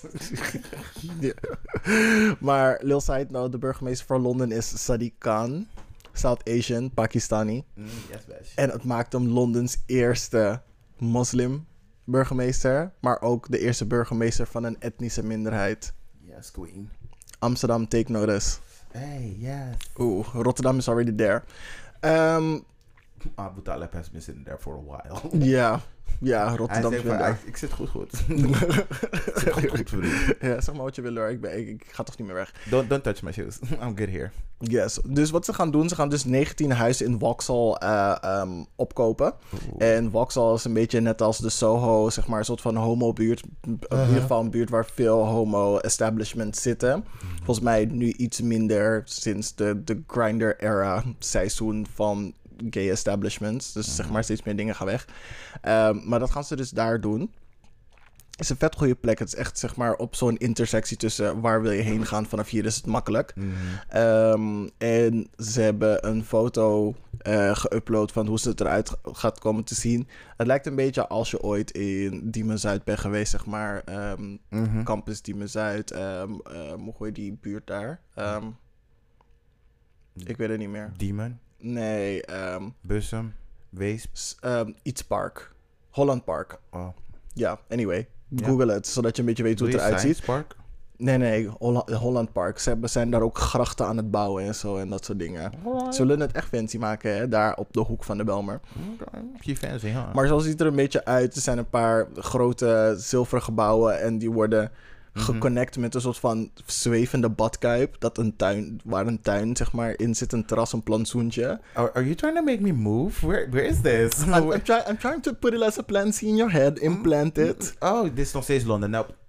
yeah. Maar, Lil Side note, de burgemeester van Londen is Sadiq Khan. South Asian, Pakistani. Mm, yes, bitch. En het maakt hem Londens eerste moslim burgemeester. Maar ook de eerste burgemeester van een etnische minderheid. Yes, queen. Amsterdam, take notice. Hey, yes. Oeh, Rotterdam is already there. Um, Abu Talib has been sitting there for a while. Ja, ja, Rotterdam is van, ik, ik zit goed goed. ik zit goed goed, vriend. Ja, zeg maar wat je wil hoor. Ik, ben, ik, ik ga toch niet meer weg. Don't, don't touch my shoes. I'm good here. Yes. Dus wat ze gaan doen, ze gaan dus negentien huizen in Vauxhall uh, um, opkopen. Oeh. En Vauxhall is een beetje net als de Soho, zeg maar, een soort van homo-buurt. Uh-huh. In ieder geval een buurt waar veel homo-establishments zitten. Uh-huh. Volgens mij nu iets minder sinds de, de Grindr-era seizoen van gay establishments. Dus uh-huh. zeg maar steeds meer dingen gaan weg. Um, maar dat gaan ze dus daar doen. Het is een vet goede plek. Het is echt zeg maar op zo'n intersectie tussen waar wil je heen gaan. Vanaf hier is het makkelijk. Mm-hmm. Um, en ze hebben een foto uh, geüpload van hoe het eruit gaat komen te zien. Het lijkt een beetje als je ooit in Diemen Zuid bent geweest, zeg maar. Um, mm-hmm. Campus Diemen Zuid. Um, um, hoe gooi je die buurt daar? Um, ik weet het niet meer. Diemen? Nee. Um, Bussum? Weesp? Um, iets Park. Holland Park. Oh. Ja, anyway. Google ja. het, zodat je een beetje weet hoe het eruit ziet. Park? Nee, nee, Holland, Holland Park. Ze hebben, zijn daar ook grachten aan het bouwen en zo en dat soort dingen. Ze zullen het echt fancy maken, hè, daar op de hoek van de Belmer. Okay. Fancy, huh? Maar zo ziet het er een beetje uit. Er zijn een paar grote zilveren gebouwen en die worden mm-hmm. geconnect met een soort van zwevende badkuip. Dat een tuin, waar een tuin zeg maar in zit, een terras, een plantsoentje. Are, are you trying to make me move? Where, where is this? I'm, I'm, try, I'm trying to put it as a plan in your head, implant it. Oh, dit is nog steeds Londen. Nou,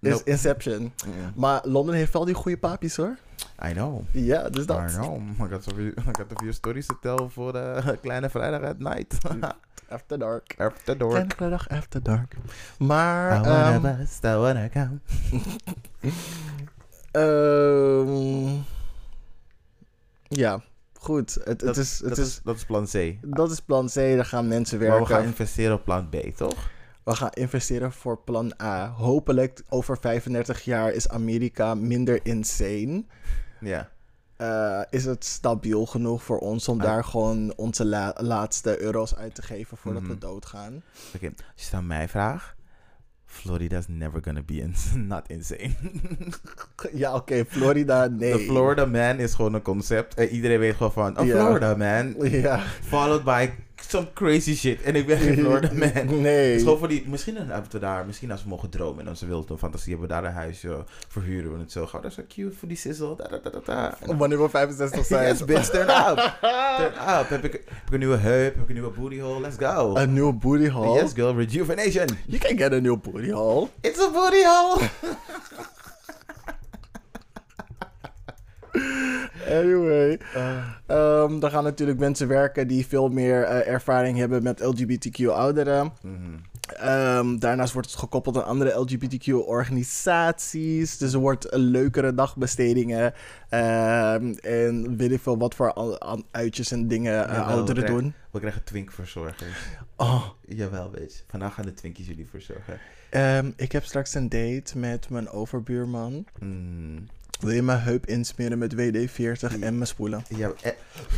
is Inception. Mm. Maar Londen heeft wel die goede papies hoor. I know. Ja, dus dat. I know. I got a few, I got a few stories to tell voor de kleine vrijdag at night. After dark. After dark. Kleine vrijdag after dark. Maar... I wanna Um, bust, I wanna come. um, ja, goed. Het, het Dat, is, het dat, is, is, dat is plan C. dat is plan C. Daar gaan mensen Maar werken. we gaan investeren op plan B, toch? We gaan investeren voor plan A. Hopelijk over vijfendertig jaar is Amerika minder insane. Ja. Uh, is het stabiel genoeg voor ons om Ah. daar gewoon onze la- laatste euro's uit te geven voordat Mhm. we doodgaan? Oké, als je het aan mij vraagt, Florida's never gonna be ins- not insane. Ja, oké, okay, Florida, nee. De Florida man is gewoon een concept. En iedereen weet gewoon van, een Ja. Florida man. Ja. Followed by some crazy shit. En ik ben geen Florida man. Nee. Het is gewoon voor die, misschien hebben we daar, misschien als we mogen dromen en als we wilden fantasie hebben we daar een huisje, verhuren we het zo. Gauw, dat is zo cute voor die sizzle. Da, da, da, da, da. En dan- Wanneer we vijfenzestig zijn. Yes, bitch, turn up. Turn up. Heb ik, heb ik een nieuwe heup, heb ik een nieuwe booty hole, let's go. Een nieuwe booty hole. Yes, girl, rejuvenation. You can get a new booty hole. It's a booty hole. Anyway. Um, er gaan natuurlijk mensen werken die veel meer uh, ervaring hebben met L G B T Q-ouderen. Mhm. Um, daarnaast wordt het gekoppeld aan andere L G B T Q-organisaties. Dus er wordt een leukere dagbestedingen. Um, en weet ik veel wat voor al- aan uitjes en dingen uh, Jawel, we ouderen krijgen- doen. We krijgen twinkverzorgers. Oh, Jawel, weet je. Vandaag gaan de twinkies jullie verzorgen. um, ik heb straks een date met mijn overbuurman. Mm. Wil je mijn heup insmeren met W D veertig en me spoelen? Ja, eh.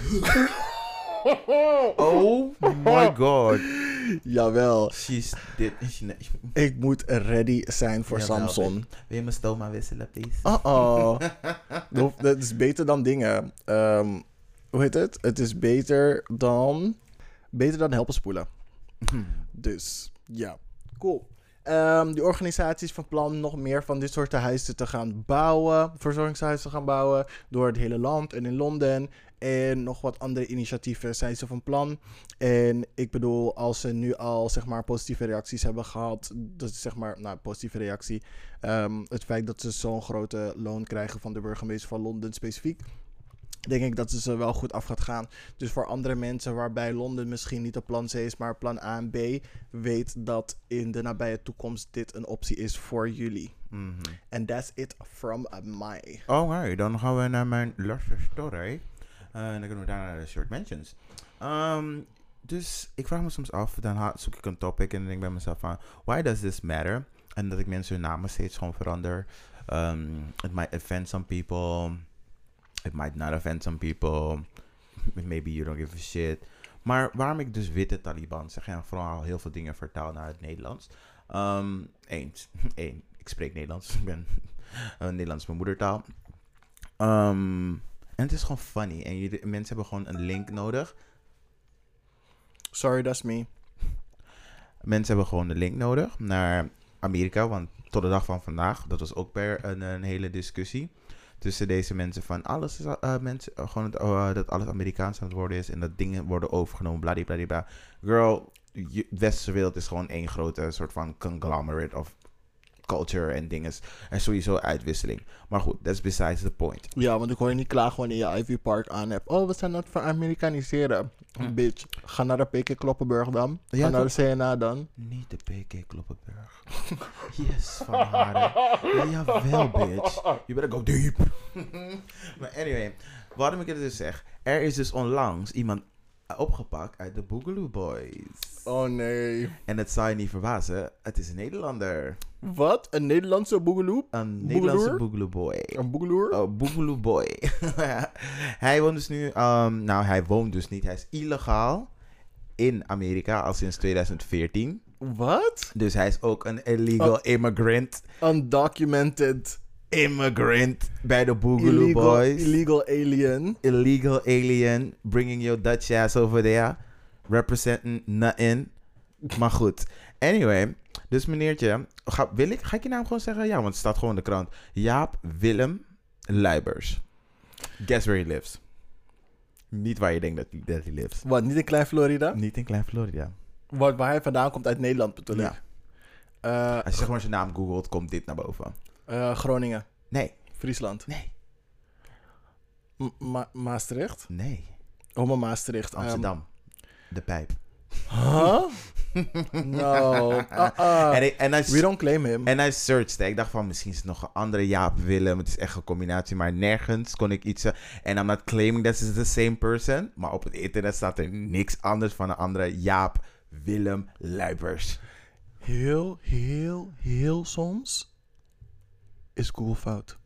Oh my god. Jawel. She's dit. She, Ik moet ready zijn voor Jawel, Samson. bitch. Wil je mijn stoma wisselen, please? Uh-oh. Dat- Dat is beter dan dingen. Um, hoe heet het? Het is beter dan... Beter dan helpen spoelen. Dus, ja. Cool. Um, die organisatie is van plan nog meer van dit soort huizen te gaan bouwen. Verzorgingshuizen te gaan bouwen. Door het hele land en in Londen. En nog wat andere initiatieven zijn ze van plan. En ik bedoel, als ze nu al zeg maar positieve reacties hebben gehad. Dus zeg maar, nou, positieve reactie. Um, het feit dat ze zo'n grote loon krijgen van de burgemeester van Londen specifiek. Denk ik dat het ze wel goed af gaat gaan. Dus voor andere mensen waarbij Londen misschien niet op plan C is, maar plan A en B, weet dat in de nabije toekomst dit een optie is voor jullie. Mhm. And that's it from my. Oké, dan gaan we naar mijn laatste story. Uh, en dan kunnen we daarna naar de short mentions. Um, dus ik vraag me soms af, dan ha- zoek ik een topic en dan denk ik bij mezelf van, why does this matter? En dat ik mensen hun namen steeds gewoon verander. Um, it might offend some people. It might not offend some people. Maybe you don't give a shit. Maar waarom ik dus witte Taliban zeg en vooral heel veel dingen vertaal naar het Nederlands. Um, eens. Eén. Ik spreek Nederlands. Ik ben uh, Nederlands mijn moedertaal. Um, en het is gewoon funny. En jullie, mensen hebben gewoon een link nodig. Sorry, that's me. Mensen hebben gewoon een link nodig naar Amerika. Want tot de dag van vandaag, dat was ook per een, een hele discussie tussen deze mensen van alles is uh, mensen uh, gewoon het, uh, dat alles Amerikaans aan het worden is en dat dingen worden overgenomen, bladibladibla. Girl, je, de westerse wereld is gewoon één grote soort van conglomerate of culture en dingen. Er is sowieso uitwisseling. Maar goed, that's besides the point. Ja, want ik hoor je niet klagen wanneer je Ivy Park aan hebt. Oh, we zijn aan het veramerikaniseren. Hm. Bitch, ga naar de P K Kloppenburg dan. Ga Ja, naar toch? de C N A dan. Niet de P K Kloppenburg. Yes, van Haren. Ja, jawel, bitch. You better go deep. Maar anyway, waarom ik het dus zeg. Er is dus onlangs iemand opgepakt uit de Boogaloo Boys. Oh nee. En het zou je niet verbazen, het is een Nederlander. Wat? Een Nederlandse boogaloo? Een Boegaloer? Nederlandse Boogaloo Boy. Een boogaloer? Oh, Boogaloo Boy. Hij woont dus nu, um, nou hij woont dus niet, hij is illegaal in Amerika al sinds tweeduizend veertien. Wat? Dus hij is ook een illegal Oh. immigrant. Undocumented. Immigrant bij de Boogaloo Illegal, Boys. illegal alien. Illegal alien. Bringing your Dutch ass over there. Representing nothing. Maar goed. Anyway. Dus meneertje. Ga, wil ik, ga ik je naam gewoon zeggen? Ja, want het staat gewoon in de krant. Jaap Willem Luibers. Guess where he lives. Niet waar je denkt dat hij, dat hij lives. Wat, niet in Klein Florida? Niet in Klein Florida. Wat, waar hij vandaan komt uit Nederland bedoel ik. Ja. Eh, Als je zeg maar zijn naam googelt, komt dit naar boven. eh, Groningen. Nee, Friesland. nee, M- Ma- Maastricht. nee. Oh, maar Maastricht. Ehm, Amsterdam. De pijp. huh? No. Uh-uh. En, ik- en hij, We don't claim him. en hij searchte. Ik dacht van, misschien is het nog een andere Jaap Willem. Het is echt een combinatie. Maar nergens kon ik iets... En I'm not claiming that it's the same person. Maar op het internet staat er niks anders van een andere Jaap Willem Luipers. Heel, heel, heel soms is Google fout.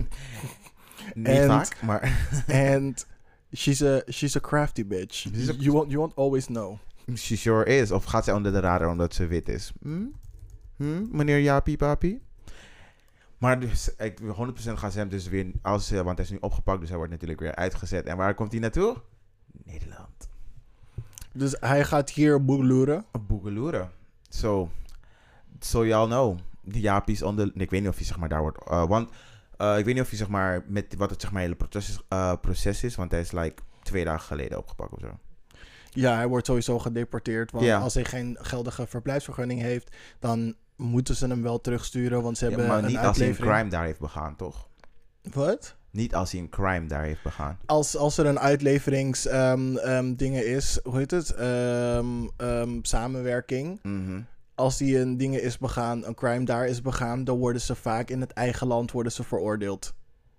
Niet And- vaak, maar... And she's a, she's a crafty bitch. She's a- You won't, you won't always know. She sure is. Of gaat zij onder de radar omdat ze wit is? Hm? Hm? Meneer Jaapie Papi? Maar dus, ik, honderd procent gaan ze hem dus weer... Als, eh, want hij is nu opgepakt, dus hij wordt natuurlijk weer uitgezet. En waar komt hij naartoe? Nederland. Dus hij gaat hier boegeloeren. Boegeloeren. So, so y'all know. Die Jaapie is onder... Ik weet niet of hij zeg maar daar wordt... Uh, want uh, ik weet niet of hij zeg maar... Met wat het zeg maar hele proces, uh, proces is. Want hij is like twee dagen geleden opgepakt of zo. Ja, hij wordt sowieso gedeporteerd. Want Ja. als hij geen geldige verblijfsvergunning heeft, dan moeten ze hem wel terugsturen. Want ze Ja, hebben maar een niet als hij een uitlevering. crime daar heeft begaan, toch? Wat? Niet als hij een crime daar heeft begaan. Als, als er een uitleverings ehm, ehm, dingen is, hoe heet het? Ehm, ehm, samenwerking. Mhm. Als die een dingen is begaan, een crime daar is begaan, dan worden ze vaak in het eigen land worden ze veroordeeld.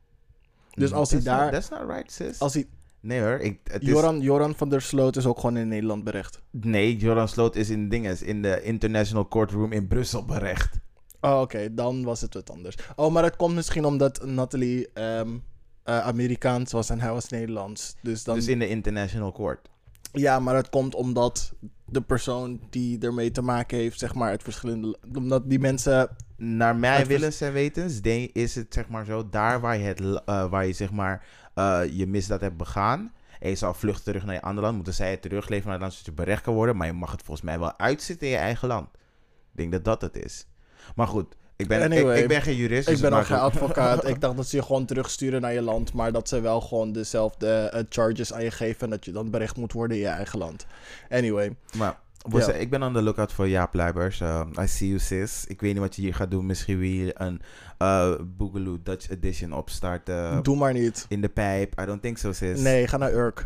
Dus als hij That's daar, not- that's not right, sis. als hij, Nee hoor. Ik, het is, Joran, Joran van der Sloot is ook gewoon in Nederland berecht. Nee, Joran Sloot is in dinges, in de International Courtroom in Brussel berecht. Oh, oké, dan was het wat anders. Oh, maar het komt misschien omdat Natalie ehm, eh, Amerikaans was en hij was Nederlands. Dus dan, Dus in de International Court. ja, maar het komt omdat de persoon die ermee te maken heeft, zeg maar, het verschillende, omdat die mensen, Naar mij Het willens en wetens de- is het zeg maar zo, daar waar je, het, l- uh, waar je zeg maar uh, je misdaad hebt begaan, en je zal vluchten terug naar je andere land, moeten zij het terugleveren naar het land zodat je berecht kan worden, maar je mag het volgens mij wel uitzitten in je eigen land. Ik denk dat dat het is. Maar goed, ik ben, Anyway, ik, ik ben geen jurist. dus ik ben het ook geen maakt advocaat. Ik dacht dat ze je gewoon terugsturen naar je land, maar dat ze wel gewoon dezelfde eh, charges aan je geven en dat je dan berecht moet worden in je eigen land. Anyway. Maar was, Ja. ik ben on the lookout voor Jaap Luibers. Uh, I see you, sis. Ik weet niet wat je hier gaat doen. Misschien wil je een uh, Boogaloo Dutch edition opstarten. Doe maar niet. In de pijp. I don't think so, sis. Nee, ga naar Urk.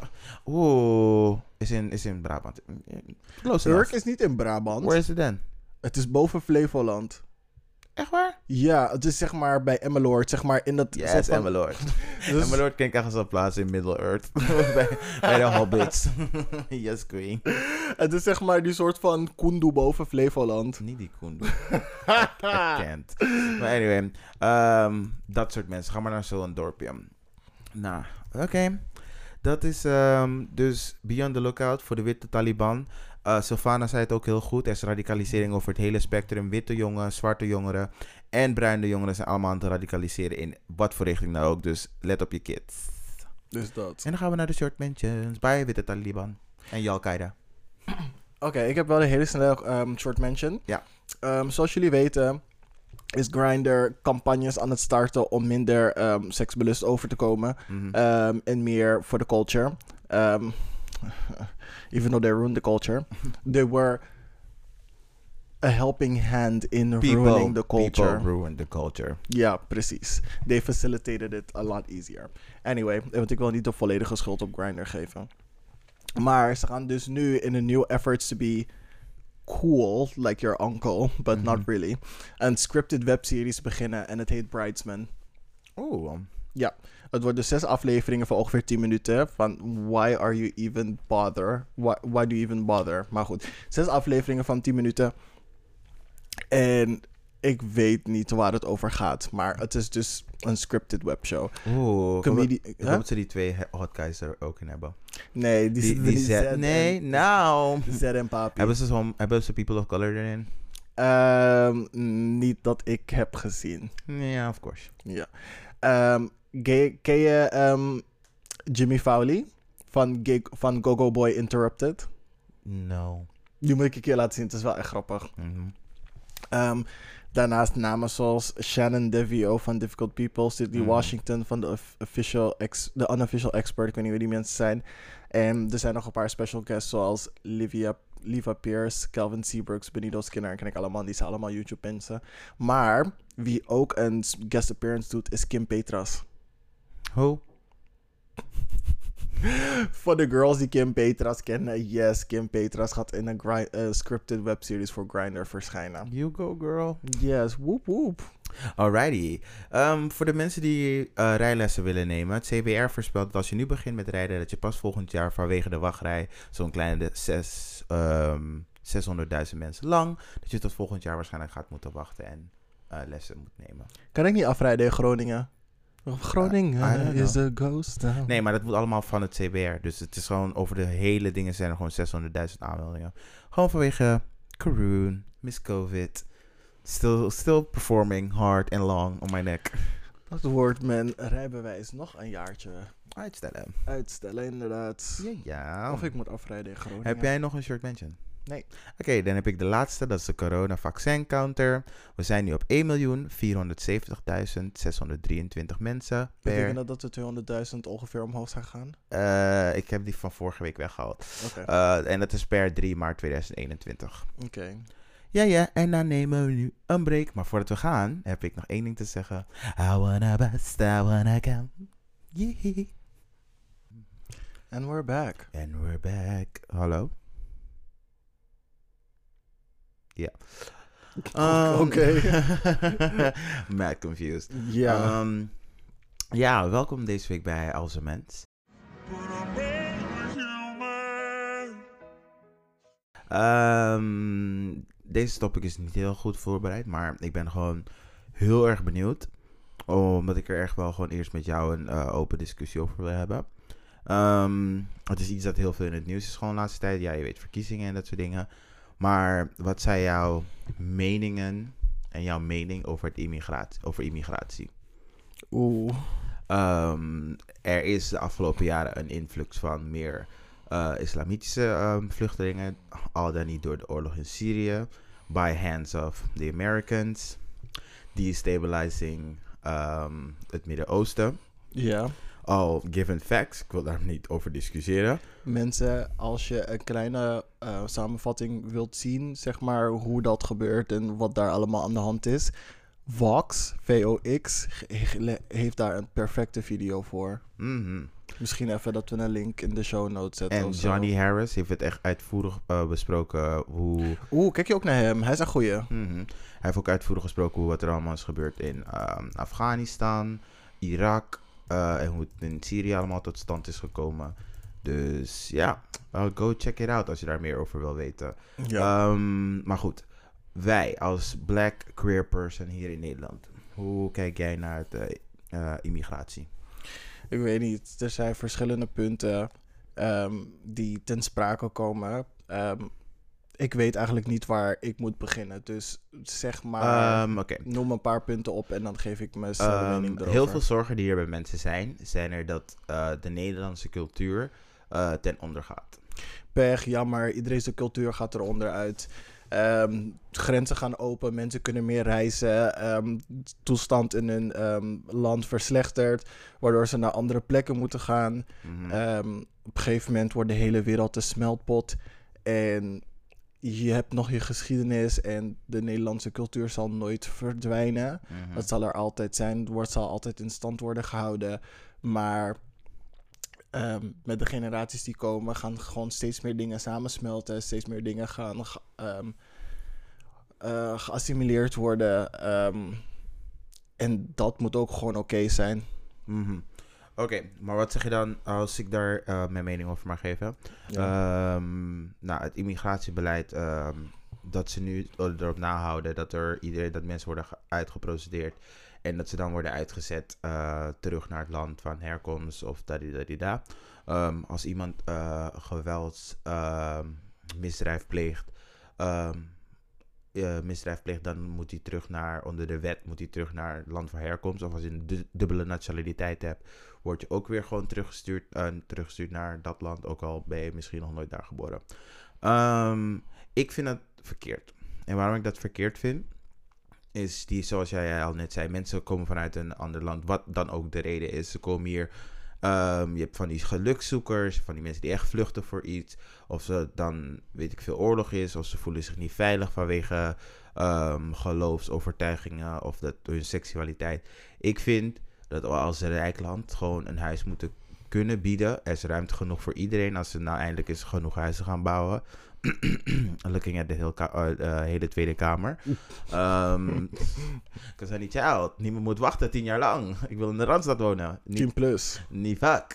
Oeh. Is in, is in Brabant. Close enough. Urk is niet in Brabant. Where is it then? Het is boven Flevoland. Echt waar? Ja, het is zeg maar bij Emmeloord, zeg maar in dat... Yes, soort van- Emmeloord. Dus- Emmeloord ken ik ergens op plaats in Middle-earth. bij, bij de Hobbits. Yes, queen. Het is zeg maar die soort van Kundu boven Flevoland. Niet die Kundu. I can't. Maar anyway, ehm, dat soort mensen. Ga maar naar zo'n dorpje. Nou, oké. Dat is ehm, dus be on the lookout voor de witte Taliban. Uh, Sylvana zei het ook heel goed. Er is radicalisering over het hele spectrum. Witte jongeren, zwarte jongeren en bruine jongeren zijn allemaal aan het radicaliseren in wat voor richting dan ook. Dus let op je kids. Dus dat. En dan gaan we naar de short mentions bij witte Taliban en Al-Qaeda. Oké, ik heb wel een hele snelle ehm, short mention. Ja. Ehm, zoals jullie weten is Grindr campagnes aan het starten om minder ehm, seksbelust over te komen. Mhm. ehm, en meer voor de culture. Um, even though they ruined the culture. They were a helping hand in ruining the culture. People ruin the culture. Ja, precies. They facilitated it a lot easier. Anyway, want ik wil niet de volledige schuld op Grindr geven. Maar ze gaan dus nu in een new efforts to be cool, like your uncle, but Mhm. not really, een scripted webseries beginnen en het heet Bridesman. Oeh. Ja, het wordt dus zes afleveringen van ongeveer tien minuten. Van why are you even bother? Why, why do you even bother? Maar goed, zes afleveringen van tien minuten. En ik weet niet waar het over gaat. Maar het is dus een scripted webshow. Oeh. Ik hoop Comedi- dat- ik Huh? hoop dat ze die twee he- hot guys er ook in hebben. Nee, die, Die, zitten die in zet, Zed nee, en- nou. Zed en Papi. Hebben ze, zo'n, hebben ze people of color erin? Ehm, niet dat ik heb gezien. Ja, of course. Ja. Ehm, ge- ken je ehm, Jimmy Fowley van, Gig- van Go-Go Boy Interrupted? No. Die moet ik een keer laten zien. Het is wel echt grappig. Mhm. Um, daarnaast namen zoals Shannon Devio van Difficult People, Sydney Mhm. Washington van de official ex, de unofficial expert, ik weet niet wie die mensen zijn. En er zijn nog een paar special guests zoals Livia, Liva Pierce, Calvin Seabrooks, Benito Skinner, ken ik allemaal, die zijn allemaal YouTube mensen. Maar wie ook een guest appearance doet is Kim Petras. Ho. Voor de girls die Kim Petras kennen, yes, Kim Petras gaat in een gri- uh, scripted webseries voor Grindr verschijnen. You go, girl. Yes, woep woep. Alrighty. Um, voor de mensen die uh, rijlessen willen nemen, het C B R voorspelt dat als je nu begint met rijden, dat je pas volgend jaar vanwege de wachtrij zo'n kleine zes, um, zeshonderdduizend mensen lang, dat je tot volgend jaar waarschijnlijk gaat moeten wachten en uh, lessen moet nemen. Kan ik niet afrijden in Groningen? Groningen Uh, I don't is know. a ghost town. Nee, maar dat moet allemaal van het C B R. Dus het is gewoon over de hele dingen zijn er gewoon zeshonderdduizend aanmeldingen. Gewoon vanwege Karoon, Miss COVID. Still, still performing hard and long on my neck. Dat wordt mijn rijbewijs nog een jaartje Uitstellen. uitstellen, inderdaad. Ja, ja. Of ik moet afrijden in Groningen. Heb jij nog een short mention? Nee. Oké, okay, dan heb ik de laatste. Dat is de corona-vaccin counter. We zijn nu op één miljoen vierhonderdzeventigduizend zeshonderddrieëntwintig mensen per... Betekent dat dat de tweehonderdduizend ongeveer omhoog zijn gaan? Uh, ik heb die van vorige week weggehaald. Oké. Okay. Uh, en dat is per drie maart tweeduizend eenentwintig. Oké. Okay. Ja, ja, en dan nemen we nu een break. Maar voordat we gaan, heb ik nog één ding te zeggen. I wanna bust, I wanna come. Yeah. And we're back. And we're back. Hallo? Ja. Yeah. Um, Oké. Mad confused. Ja. Um, ja, welkom deze week bij Als een Mens. Um, deze topic is niet heel goed voorbereid, maar ik ben gewoon heel erg benieuwd. Omdat ik er echt wel gewoon eerst met jou een uh, open discussie over wil hebben. Um, het is iets dat heel veel in het nieuws is gewoon de laatste tijd. Ja, je weet, verkiezingen en dat soort dingen. Maar wat zijn jouw meningen en jouw mening over, het immigratie, over immigratie? Oeh. Um, er is de afgelopen jaren een influx van meer uh, islamitische um, vluchtelingen. Al dan niet door de oorlog in Syrië. By hands of the Americans. Destabilizing um, het Midden-Oosten. Ja. All given facts. Ik wil daar niet over discussiëren. Mensen, als je een kleine uh, samenvatting wilt zien, zeg maar, hoe dat gebeurt en wat daar allemaal aan de hand is. Vox, V O X, ge- heeft daar een perfecte video voor. Mm-hmm. Misschien even dat we een link in de show notes zetten. En of zo. Johnny Harris heeft het echt uitvoerig uh, besproken hoe... Oeh, kijk je ook naar hem. Hij is een goeie. Mm-hmm. Hij heeft ook uitvoerig gesproken hoe wat er allemaal is gebeurd in um, Afghanistan, Irak uh, en hoe het in Syrië allemaal tot stand is gekomen. Dus ja, uh, go check it out als je daar meer over wil weten. Ja. Um, maar goed, wij als black queer person hier in Nederland, hoe kijk jij naar de uh, immigratie? Ik weet niet. Er zijn verschillende punten um, die ten sprake komen. Um, ik weet eigenlijk niet waar ik moet beginnen. Dus zeg maar, Um, okay. noem een paar punten op en dan geef ik mijn snelle Um, mening erover. heel veel zorgen die er bij mensen zijn, zijn er dat uh, de Nederlandse cultuur uh, ten onder gaat. Pech, jammer. Iedereen zijn cultuur gaat eronder uit. Um, grenzen gaan open, mensen kunnen meer reizen. Um, toestand in hun um, land verslechtert, waardoor ze naar andere plekken moeten gaan. Mm-hmm. Um, op een gegeven moment wordt de hele wereld een smeltpot. En je hebt nog je geschiedenis en de Nederlandse cultuur zal nooit verdwijnen. Mm-hmm. Dat zal er altijd zijn. Het woord zal altijd in stand worden gehouden. Maar um, met de generaties die komen gaan gewoon steeds meer dingen samensmelten. Steeds meer dingen gaan um, uh, geassimileerd worden. Um, en dat moet ook gewoon oké okay zijn. Mm-hmm. Oké, okay, maar wat zeg je dan als ik daar uh, mijn mening over mag geven? Ja. Um, nou, het immigratiebeleid, um, dat ze nu erop nahouden dat er iedereen, dat mensen worden uitgeprocedeerd en dat ze dan worden uitgezet uh, terug naar het land van herkomst of dadidadida. Um, als iemand uh, geweldsmisdrijf uh, pleegt, um, Uh, misdrijf pleegt, dan moet hij terug naar, onder de wet, moet hij terug naar het land van herkomst. Of als je een du- dubbele nationaliteit hebt, word je ook weer gewoon teruggestuurd, uh, teruggestuurd naar dat land, ook al ben je misschien nog nooit daar geboren. Um, ik vind dat verkeerd. En waarom ik dat verkeerd vind, is die, zoals jij al net zei, mensen komen vanuit een ander land, wat dan ook de reden is. Ze komen hier, um, je hebt van die gelukzoekers, van die mensen die echt vluchten voor iets, of ze dan, weet ik veel, oorlog is, of ze voelen zich niet veilig vanwege um, geloofsovertuigingen of dat, hun seksualiteit. Ik vind dat we als rijk land gewoon een huis moeten kunnen bieden. Er is ruimte genoeg voor iedereen als ze nou eindelijk eens genoeg huizen gaan bouwen. Looking at de heel ka- uh, uh, hele Tweede Kamer. Um, Because I need child. Niemand moet wachten tien jaar lang. Ik wil in de Randstad wonen. Niet, tien plus. Niet vaak.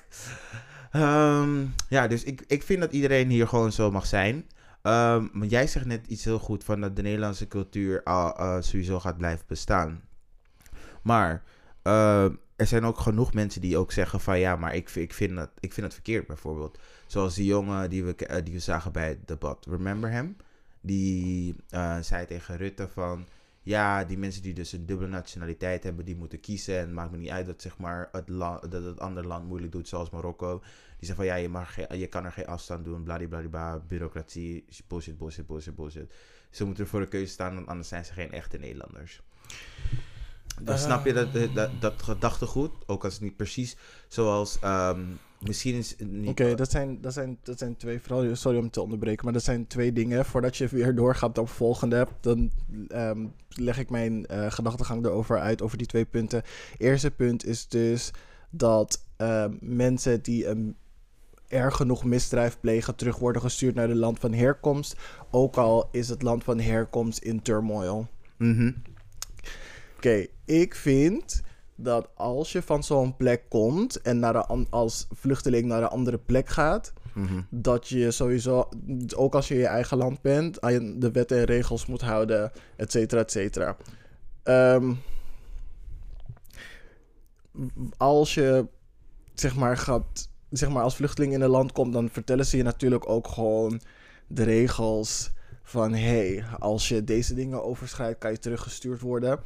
Um, ja, dus ik, ik vind dat iedereen hier gewoon zo mag zijn. Um, maar jij zegt net iets heel goed van dat de Nederlandse cultuur uh, uh, sowieso gaat blijven bestaan. Maar uh, er zijn ook genoeg mensen die ook zeggen van ja, maar ik, ik, vind, dat, ik vind dat verkeerd bijvoorbeeld. Zoals die jongen die we, uh, die we zagen bij het debat. Remember hem? Die uh, zei tegen Rutte van ja, die mensen die dus een dubbele nationaliteit hebben, die moeten kiezen. En het maakt me niet uit dat, zeg maar, het, la- dat het andere land moeilijk doet, zoals Marokko. Die zei van ja, je, mag ge- je kan er geen afstand doen, bladibladibla, bureaucratie, bullshit, bullshit, bullshit, bullshit. Ze moeten voor de keuze staan, want anders zijn ze geen echte Nederlanders. Dan uh, snap je dat, dat, dat gedachtegoed, ook als het niet precies zoals um, misschien is het niet. Oké, okay, dat, zijn, dat, zijn, dat zijn twee, vooral, sorry om te onderbreken, maar dat zijn twee dingen. Voordat je weer doorgaat op het volgende, dan um, leg ik mijn uh, gedachtegang erover uit, over die twee punten. Eerste punt is dus dat uh, mensen die een erg genoeg misdrijf plegen terug worden gestuurd naar het land van herkomst, ook al is het land van herkomst in turmoil. Mm-hmm. Oké, okay, ik vind dat als je van zo'n plek komt en naar een, als vluchteling naar een andere plek gaat, mm-hmm. dat je sowieso, ook als je in je eigen land bent, aan je de wetten en regels moet houden, et cetera, et cetera. Um, als je, zeg maar, gaat, zeg maar, als vluchteling in een land komt, dan vertellen ze je natuurlijk ook gewoon de regels van, hey, als je deze dingen overschrijdt, kan je teruggestuurd worden.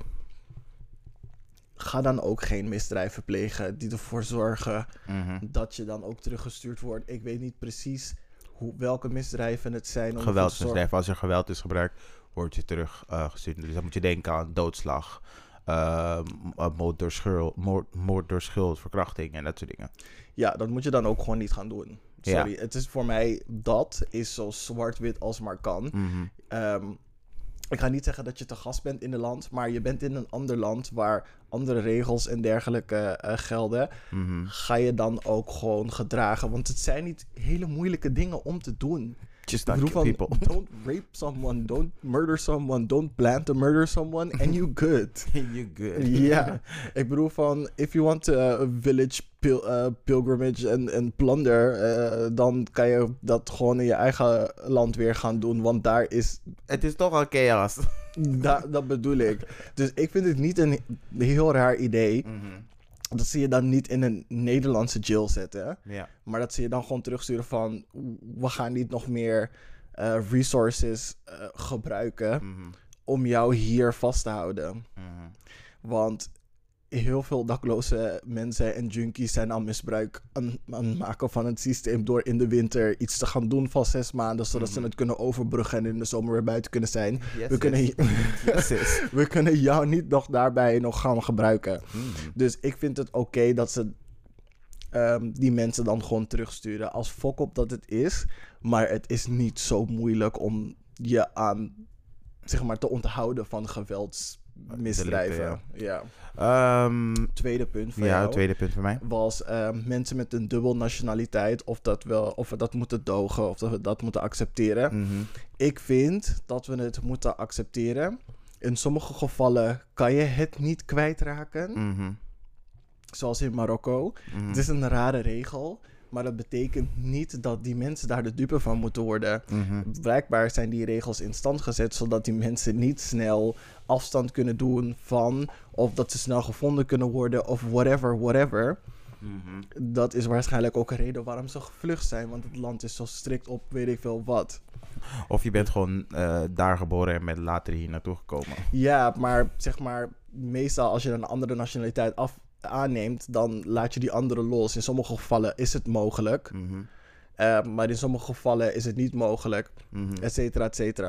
Ga dan ook geen misdrijven plegen die ervoor zorgen mm-hmm. dat je dan ook teruggestuurd wordt. Ik weet niet precies hoe, welke misdrijven het zijn. Geweldsmisdrijven. Als er geweld is gebruikt, word je teruggestuurd. Uh, dus dan moet je denken aan doodslag, uh, moord, door schuld, moord, moord door schuld, verkrachting en dat soort dingen. Ja, dat moet je dan ook gewoon niet gaan doen. Sorry, ja. Het is voor mij, dat is zo zwart-wit als maar kan. Mm-hmm. Um, Ik ga niet zeggen dat je te gast bent in een land, maar je bent in een ander land waar andere regels en dergelijke uh, gelden. Mm-hmm. Ga je dan ook gewoon gedragen? Want het zijn niet hele moeilijke dingen om te doen. Just not kill people. Don't rape someone, don't murder someone, don't plan to murder someone and you good. You good. Ja, yeah. Ik bedoel van, if you want a village pil- uh, pilgrimage en, en plunder, uh, dan kan je dat gewoon in je eigen land weer gaan doen, want daar is... Het is toch al chaos. Da- dat bedoel ik. Dus ik vind het niet een heel raar idee. Mm-hmm. Dat zie je dan niet in een Nederlandse jail zetten. Ja. Maar dat zie je dan gewoon terugsturen van, we gaan niet nog meer uh, resources uh, gebruiken mm-hmm. om jou hier vast te houden. Mm-hmm. Want heel veel dakloze mensen en junkies zijn al misbruik aan, aan het maken van het systeem door in de winter iets te gaan doen van zes maanden, zodat mm-hmm. ze het kunnen overbruggen en in de zomer weer buiten kunnen zijn. Yes, we, kunnen, yes, we kunnen jou niet nog daarbij nog gaan gebruiken. Mm-hmm. Dus ik vind het oké okay dat ze um, die mensen dan gewoon terugsturen. Als fok op dat het is, maar het is niet zo moeilijk om je aan, zeg maar, te onthouden van geweldsmisdrijven. Ja. Ja. Um, tweede punt voor ja, jou. Ja, tweede punt voor mij. Was uh, mensen met een dubbel nationaliteit, of, dat wel, of we dat moeten dogen, of dat we dat moeten accepteren. Mm-hmm. Ik vind dat we het moeten accepteren. In sommige gevallen kan je het niet kwijtraken. Mm-hmm. Zoals in Marokko. Mm-hmm. Het is een rare regel. Maar dat betekent niet dat die mensen daar de dupe van moeten worden. Mm-hmm. Blijkbaar zijn die regels in stand gezet, zodat die mensen niet snel afstand kunnen doen van, of dat ze snel gevonden kunnen worden, of whatever, whatever. Mm-hmm. Dat is waarschijnlijk ook een reden waarom ze gevlucht zijn, want het land is zo strikt op weet ik veel wat. Of je bent gewoon uh, daar geboren en bent later hier naartoe gekomen. Ja, maar zeg maar, meestal als je een andere nationaliteit af aanneemt, dan laat je die andere los. In sommige gevallen is het mogelijk. Mm-hmm. Uh, maar in sommige gevallen is het niet mogelijk. Mm-hmm. Et cetera, et cetera.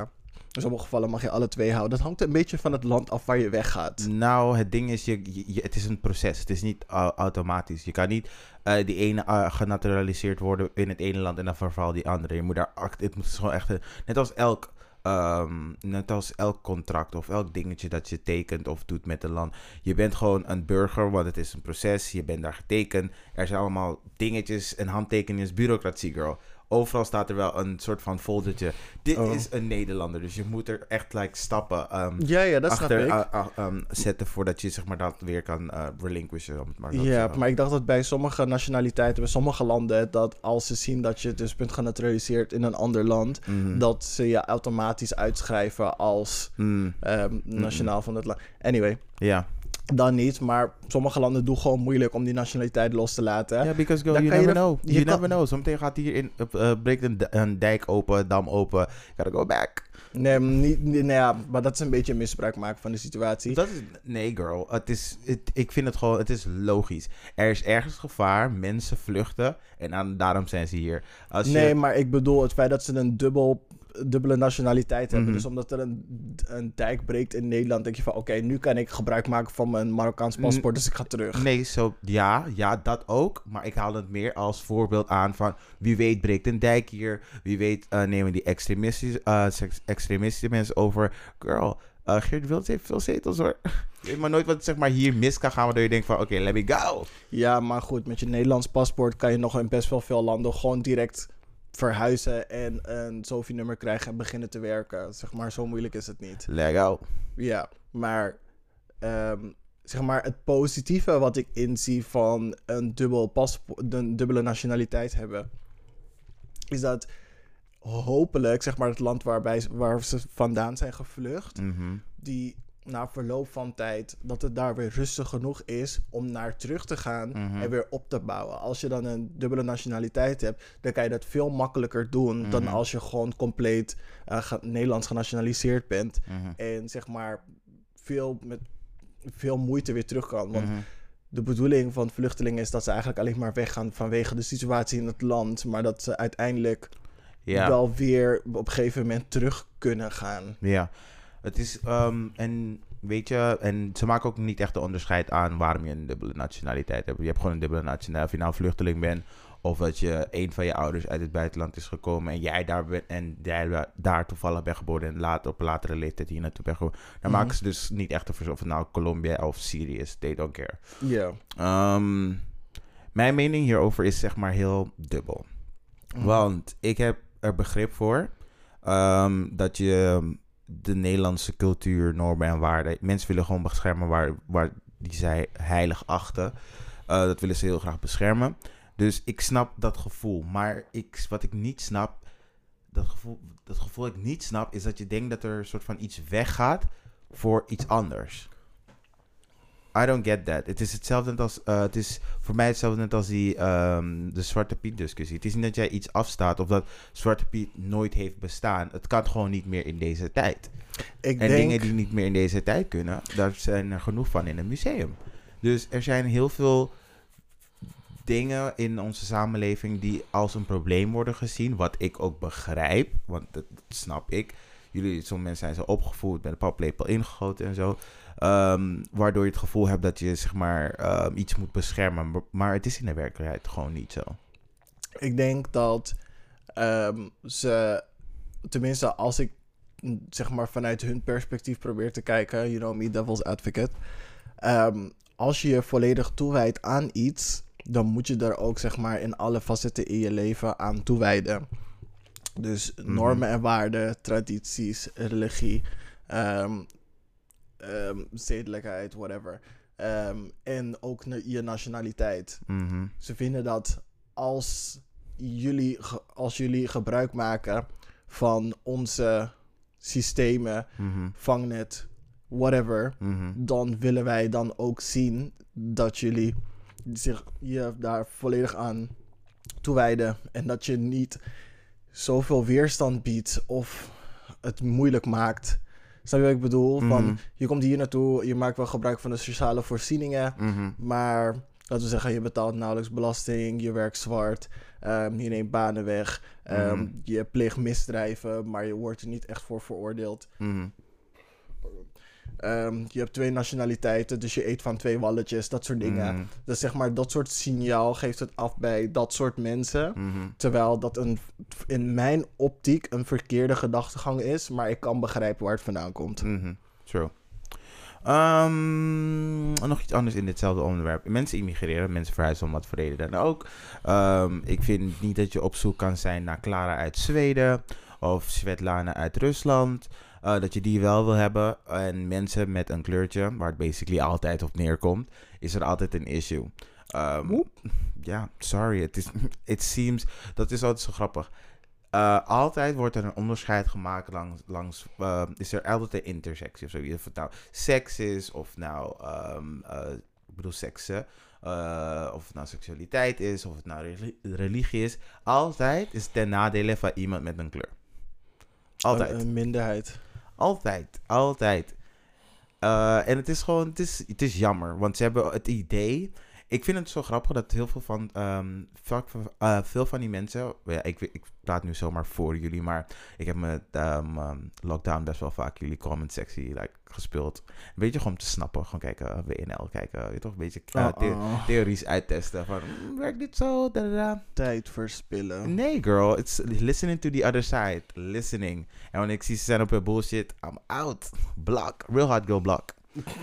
In sommige gevallen mag je alle twee houden. Dat hangt een beetje van het land af waar je weggaat. Nou, het ding is, je, je, het is een proces. Het is niet uh, automatisch. Je kan niet uh, die ene uh, genaturaliseerd worden in het ene land en dan vervalt die andere. Je moet daar act, het moet gewoon echt, een, net als elk, um, net als elk contract of elk dingetje dat je tekent of doet met een land. Je bent gewoon een burger, want het is een proces. Je bent daar getekend. Er zijn allemaal dingetjes en handtekeningen, bureaucratie, girl. Overal staat er wel een soort van foldertje. Dit oh. is een Nederlander, dus je moet er echt like, stappen um, ja, ja, dat achter snap ik. uh, uh, um, zetten voordat je zeg maar, dat weer kan uh, relinquishen. Om het maar zo te Ja, zeggen. maar ik dacht dat bij sommige nationaliteiten, bij sommige landen, dat als ze zien dat je dus bent genaturaliseerd in een ander land, Mhm. dat ze je automatisch uitschrijven als Mm, um, nationaal van het land. Anyway, Ja, dan niet, maar sommige landen doen gewoon moeilijk om die nationaliteit los te laten. yeah, because girl, Dan you kan je never er- know. je You kan- never know. Zometeen gaat hier in, uh, breekt een, d- een dijk open, een dam open. Gotta go back. Nee, niet, nee, nou ja, maar dat is een beetje misbruik maken van de situatie. Dat is, nee, girl. Het is, het, ik vind het gewoon, het is logisch. Er is ergens gevaar, mensen vluchten en aan, daarom zijn ze hier. Als je, Nee, maar ik bedoel het feit dat ze een dubbel, dubbele nationaliteit hebben. Mhm. Dus omdat er een, een dijk breekt in Nederland, denk je van oké, nu kan ik gebruik maken van mijn Marokkaans paspoort, dus ik ga terug. Nee, zo, ja, ja, dat ook. Maar ik haal het meer als voorbeeld aan van wie weet breekt een dijk hier. Wie weet uh, nemen die extremistische, uh, sex- extremistische mensen over. Girl, uh, Geert Wilders heeft veel zetels hoor. Je weet maar nooit wat zeg maar, hier mis kan gaan, waardoor je denkt van oké, let me go. Ja, maar goed, met je Nederlands paspoort kan je nog in best wel veel landen gewoon direct verhuizen en een SOFI-nummer krijgen en beginnen te werken. Zeg maar, zo moeilijk is het niet. Let go. Ja, maar ehm, zeg maar het positieve wat ik inzie van een dubbel paspoort, een dubbele nationaliteit hebben, is dat hopelijk zeg maar het land waarbij waar ze vandaan zijn gevlucht, Mhm. die na verloop van tijd dat het daar weer rustig genoeg is om naar terug te gaan Mhm. en weer op te bouwen. Als je dan een dubbele nationaliteit hebt, dan kan je dat veel makkelijker doen dan Mhm. als je gewoon compleet uh, ge- Nederlands genationaliseerd bent Mhm. en zeg maar veel met veel moeite weer terug kan. Want Mhm. de bedoeling van vluchtelingen is dat ze eigenlijk alleen maar weggaan vanwege de situatie in het land, maar dat ze uiteindelijk Ja. wel weer op een gegeven moment terug kunnen gaan. Ja, het is, ehm, en weet je, en ze maken ook niet echt een onderscheid aan waarom je een dubbele nationaliteit hebt. Je hebt gewoon een dubbele nationaliteit, of je nou vluchteling bent, of dat je een van je ouders uit het buitenland is gekomen en jij daar bent, en jij daar toevallig bent geboren en later, op een latere leeftijd hier naartoe bent geboren. Dan Mhm. maken ze dus niet echt een verschil of het nou Colombia of Syrië is, they don't care. Ja. Ehm, mijn mening hierover is zeg maar heel dubbel. Mhm. Want ik heb er begrip voor ehm, dat je de Nederlandse cultuur, normen en waarden, mensen willen gewoon beschermen waar, waar die zij heilig achten. Uh, dat willen ze heel graag beschermen. Dus ik snap dat gevoel. Maar ik, wat ik niet snap, dat gevoel, dat gevoel ik niet snap, is dat je denkt dat er een soort van iets weggaat voor iets anders. I don't get that. Het is hetzelfde net als, uh, het is voor mij hetzelfde net als die, um, de Zwarte Piet discussie. Het is niet dat jij iets afstaat of dat Zwarte Piet nooit heeft bestaan. Het kan gewoon niet meer in deze tijd. Ik En denk, dingen die niet meer in deze tijd kunnen, daar zijn er genoeg van in een museum. Dus er zijn heel veel dingen in onze samenleving die als een probleem worden gezien. Wat ik ook begrijp, want dat, dat snap ik. Jullie, sommige mensen zijn zo opgevoed, met een paplepel ingegoten en zo. Um, waardoor je het gevoel hebt dat je zeg maar um, iets moet beschermen. Maar, maar het is in de werkelijkheid gewoon niet zo. ik denk dat um, ze, tenminste als ik mm, zeg maar vanuit hun perspectief probeer te kijken, you know me, devil's advocate. Um, als je je volledig toewijdt aan iets, dan moet je er ook zeg maar in alle facetten in je leven aan toewijden. Dus normen en waarden, tradities, religie, um, um, zedelijkheid, whatever. Um, en ook na- je nationaliteit. Mm-hmm. Ze vinden dat als jullie, ge- als jullie gebruik maken van onze systemen, Mm-hmm. vangnet, whatever, Mm-hmm. dan willen wij dan ook zien dat jullie zich je daar volledig aan toewijden en dat je niet zoveel weerstand biedt of het moeilijk maakt. Snap je wat ik bedoel? Mhm. Van, je komt hier naartoe, je maakt wel gebruik van de sociale voorzieningen, Mm-hmm. maar Laten we zeggen, je betaalt nauwelijks belasting, je werkt zwart, um, je neemt banen weg, um, Mm. je pleegt misdrijven, maar je wordt er niet echt voor veroordeeld. Mhm. Um, je hebt twee nationaliteiten, dus je eet van twee walletjes, dat soort dingen. Mhm. Dus zeg maar, dat soort signaal geeft het af bij dat soort mensen. Mhm. Terwijl dat een, in mijn optiek een verkeerde gedachtegang is, maar ik kan begrijpen waar het vandaan komt. Mhm. True. Um, nog iets anders in ditzelfde onderwerp. Mensen immigreren, mensen verhuizen om wat voor reden dan ook. Um, ik vind niet dat je op zoek kan zijn naar Clara uit Zweden of Svetlana uit Rusland. Uh, dat je die wel wil hebben. En mensen met een kleurtje, waar het basically altijd op neerkomt, is er altijd een issue. Um, ja, sorry. Het is, it seems, dat is altijd zo grappig. Uh, altijd wordt er een onderscheid gemaakt langs, langs uh, is er altijd een intersectie of zo. Of het nou seks is, of nou, um, uh, ik bedoel seksen, uh, of het nou seksualiteit is, of het nou relig- religie is. Altijd is het ten nadele van iemand met een kleur. Altijd. Een, een minderheid. Altijd, altijd. Uh, en het is gewoon, het is, het is jammer, want ze hebben het idee. Ik vind het zo grappig dat heel veel van, um, vaak, uh, veel van die mensen, ja, ik, ik praat nu zomaar voor jullie, maar ik heb met um, um, lockdown best wel vaak jullie comment sectie like, gespeeld. Een beetje gewoon om te snappen, gewoon kijken, W N L kijken, je toch een beetje uh, Uh-uh. the- theories uittesten van, mm, werkt dit zo? Da, da, da. Tijd verspillen. Nee girl, it's listening to the other side, listening. En wanneer ik zie ze zijn op hun bullshit, I'm out. Block, real hard girl block.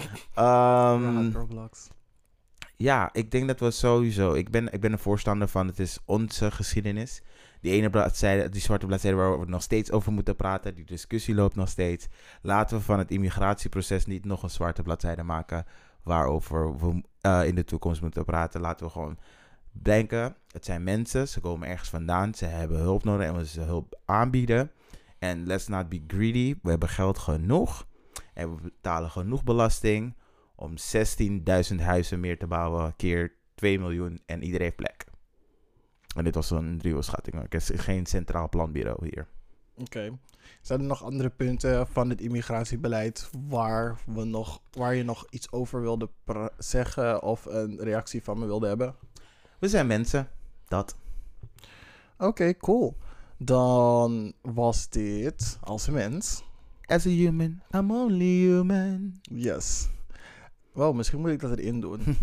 um, Roblox. Ja, ik denk dat we sowieso... Ik ben, ik ben een voorstander van het is onze geschiedenis. Die ene bladzijde, die zwarte bladzijde waar we nog steeds over moeten praten. Die discussie loopt nog steeds. Laten we van het immigratieproces niet nog een zwarte bladzijde maken waarover we uh, in de toekomst moeten praten. Laten we gewoon denken, het zijn mensen, ze komen ergens vandaan, ze hebben hulp nodig en we ze hulp aanbieden. En let's not be greedy. We hebben geld genoeg en we betalen genoeg belasting om zestienduizend huizen meer te bouwen, keer twee miljoen en iedereen heeft plek. En dit was een ruwe-schatting. Er is geen centraal planbureau hier. Oké. Okay. Zijn er nog andere punten van het immigratiebeleid waar, we nog, waar je nog iets over wilde pra- zeggen of een reactie van me wilde hebben? We zijn mensen. Dat. Oké, okay, cool. Dan was dit als een mens. As a human, I'm only human. Yes. Wow, misschien moet ik dat erin doen.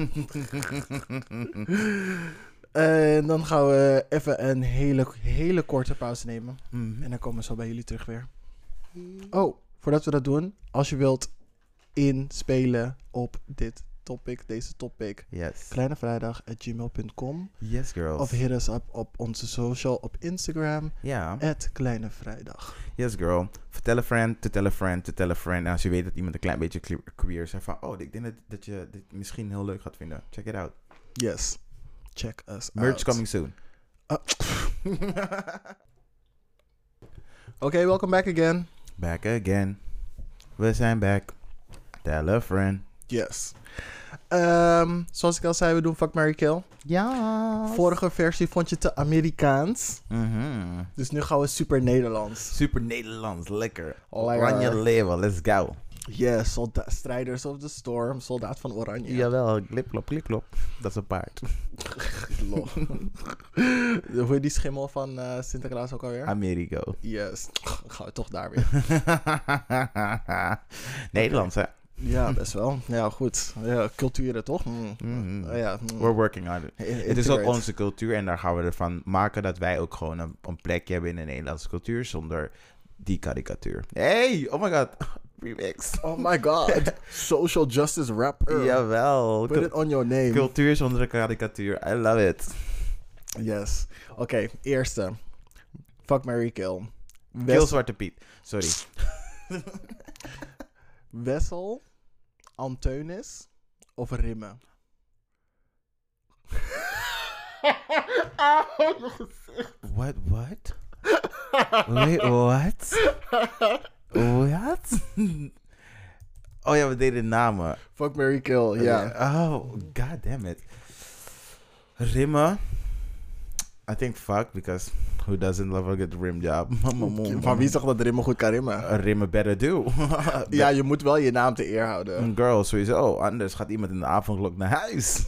En dan gaan we even een hele, hele korte pauze nemen. Mm-hmm. En dan komen we zo bij jullie terug weer. Oh, voordat we dat doen, als je wilt inspelen op dit topic, deze topic, Yes. kleinevrijdag at gmail dot com. Yes, girls. Of hit us up op onze social op Instagram, Ja. at kleinevrijdag. Yes, girl. Vertel een friend, to tell a friend, to tell a friend. En als je weet dat iemand een klein beetje cle- queer is, zeg van, oh, ik denk dat, dat je dit misschien heel leuk gaat vinden. Check it out. Yes, check us Merch out. coming soon. Uh, Oké, okay, welcome back again. Back again. We zijn back. Tell a friend. Yes. Um, zoals ik al zei, we doen Fuck, Marry, Kill. Ja. Vorige versie vond je te Amerikaans. Mm-hmm. Dus nu gaan we super Nederlands. Super Nederlands, lekker. Lekker. Oranje leven, let's go. Yes, solda- strijders of the storm, soldaat van Oranje. Jawel, klip-klop, klip-klop. Dat is een paard. Lol. Hoe je die schimmel van uh, Sinterklaas ook alweer? Amerigo. Yes. Gaan we toch daar weer. Nederlands, hè? Ja, best wel. Ja, goed. Ja, culturen toch? Mm. Mhm. Uh, ja. mm. We're working on it. In- Het is ook integrate. onze cultuur en daar gaan we ervan maken dat wij ook gewoon een, een plekje hebben in de Nederlandse cultuur zonder die karikatuur. Hey, oh my god. Remix. Oh my god. Social justice rapper. Jawel. Put it on your name. Cultuur zonder een karikatuur. I love it. Yes. Oké, okay, eerste. Fuck, Marry, Kill. Kill Wes- Zwarte Piet. Sorry. Wessel, Anteunis of Rimmen? What, what? Wait, what? What? Oh ja, we deden namen. Fuck, Marry, Kill, ja. Oh, god damn it. Rimmen. I think fuck, because who doesn't love a good rim job? Maar wie zegt dat rimmen goed kan rimmen? A rimmen better do. Ja, je moet wel je naam te eer houden. Een girl, sowieso. Anders gaat iemand in de avondklok naar huis.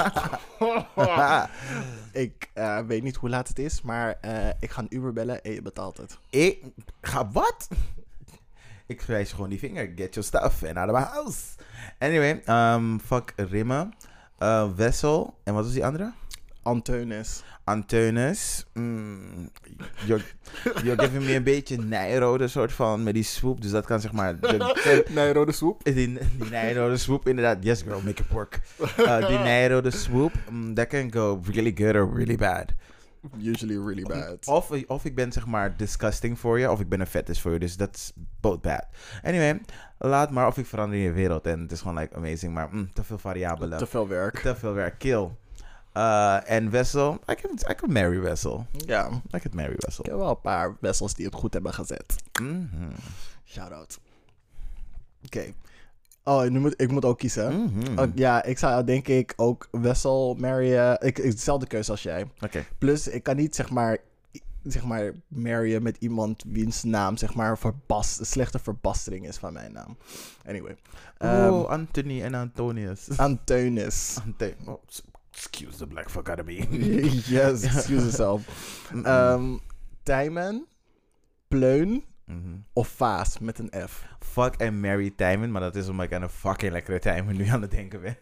Ik uh, weet niet hoe laat het is, maar uh, ik ga een Uber bellen en je betaalt het. Ik ga wat? Ik wijs je gewoon die vinger. Get your stuff and out of my house. Anyway, um, fuck rimmen. Uh, Wessel. En wat was die andere? Anteunis. Anteunis. Mm, you're, you're giving me een beetje Nijrode soort van met die swoop. Dus dat kan zeg maar... De, nee, rode soep. die, die Nijrode swoop, inderdaad. Yes girl, make it work. Uh, die Nijrode swoop, um, that can go really good or really bad. Usually really bad. Of, of ik ben zeg maar disgusting voor je, of ik ben een fetish voor je. Dus dat is both bad. Anyway, laat maar of ik verander in je wereld. En het is gewoon like amazing, maar mm, te veel variabelen. Te veel werk. Te veel werk. Kill. Uh, en Wessel, I can, I can marry Wessel. Ja. I can marry Wessel. Ik heb wel een paar wessels die het goed hebben gezet. Mm-hmm. Shout-out. Oké. Okay. Oh, nu moet, ik moet ook kiezen. Mm-hmm. Oh, ja, ik zou denk ik ook Wessel marryen. Ik, ik dezelfde keuze als jij. Oké. Okay. Plus, ik kan niet zeg maar, zeg maar marryen met iemand wiens naam zeg maar verbast, een slechte verbastering is van mijn naam. Anyway. Um, Um, oh, Anthony en Antonius. Anteunis. Ante- oh, excuse the black fuck out of me. Yes, excuse yourself. Um, Tijmen, Pleun mm-hmm. of Vaas met een F. Fuck en marry Tijmen, maar dat is omdat ik aan een fucking lekkere Tijmen nu aan het denken ben.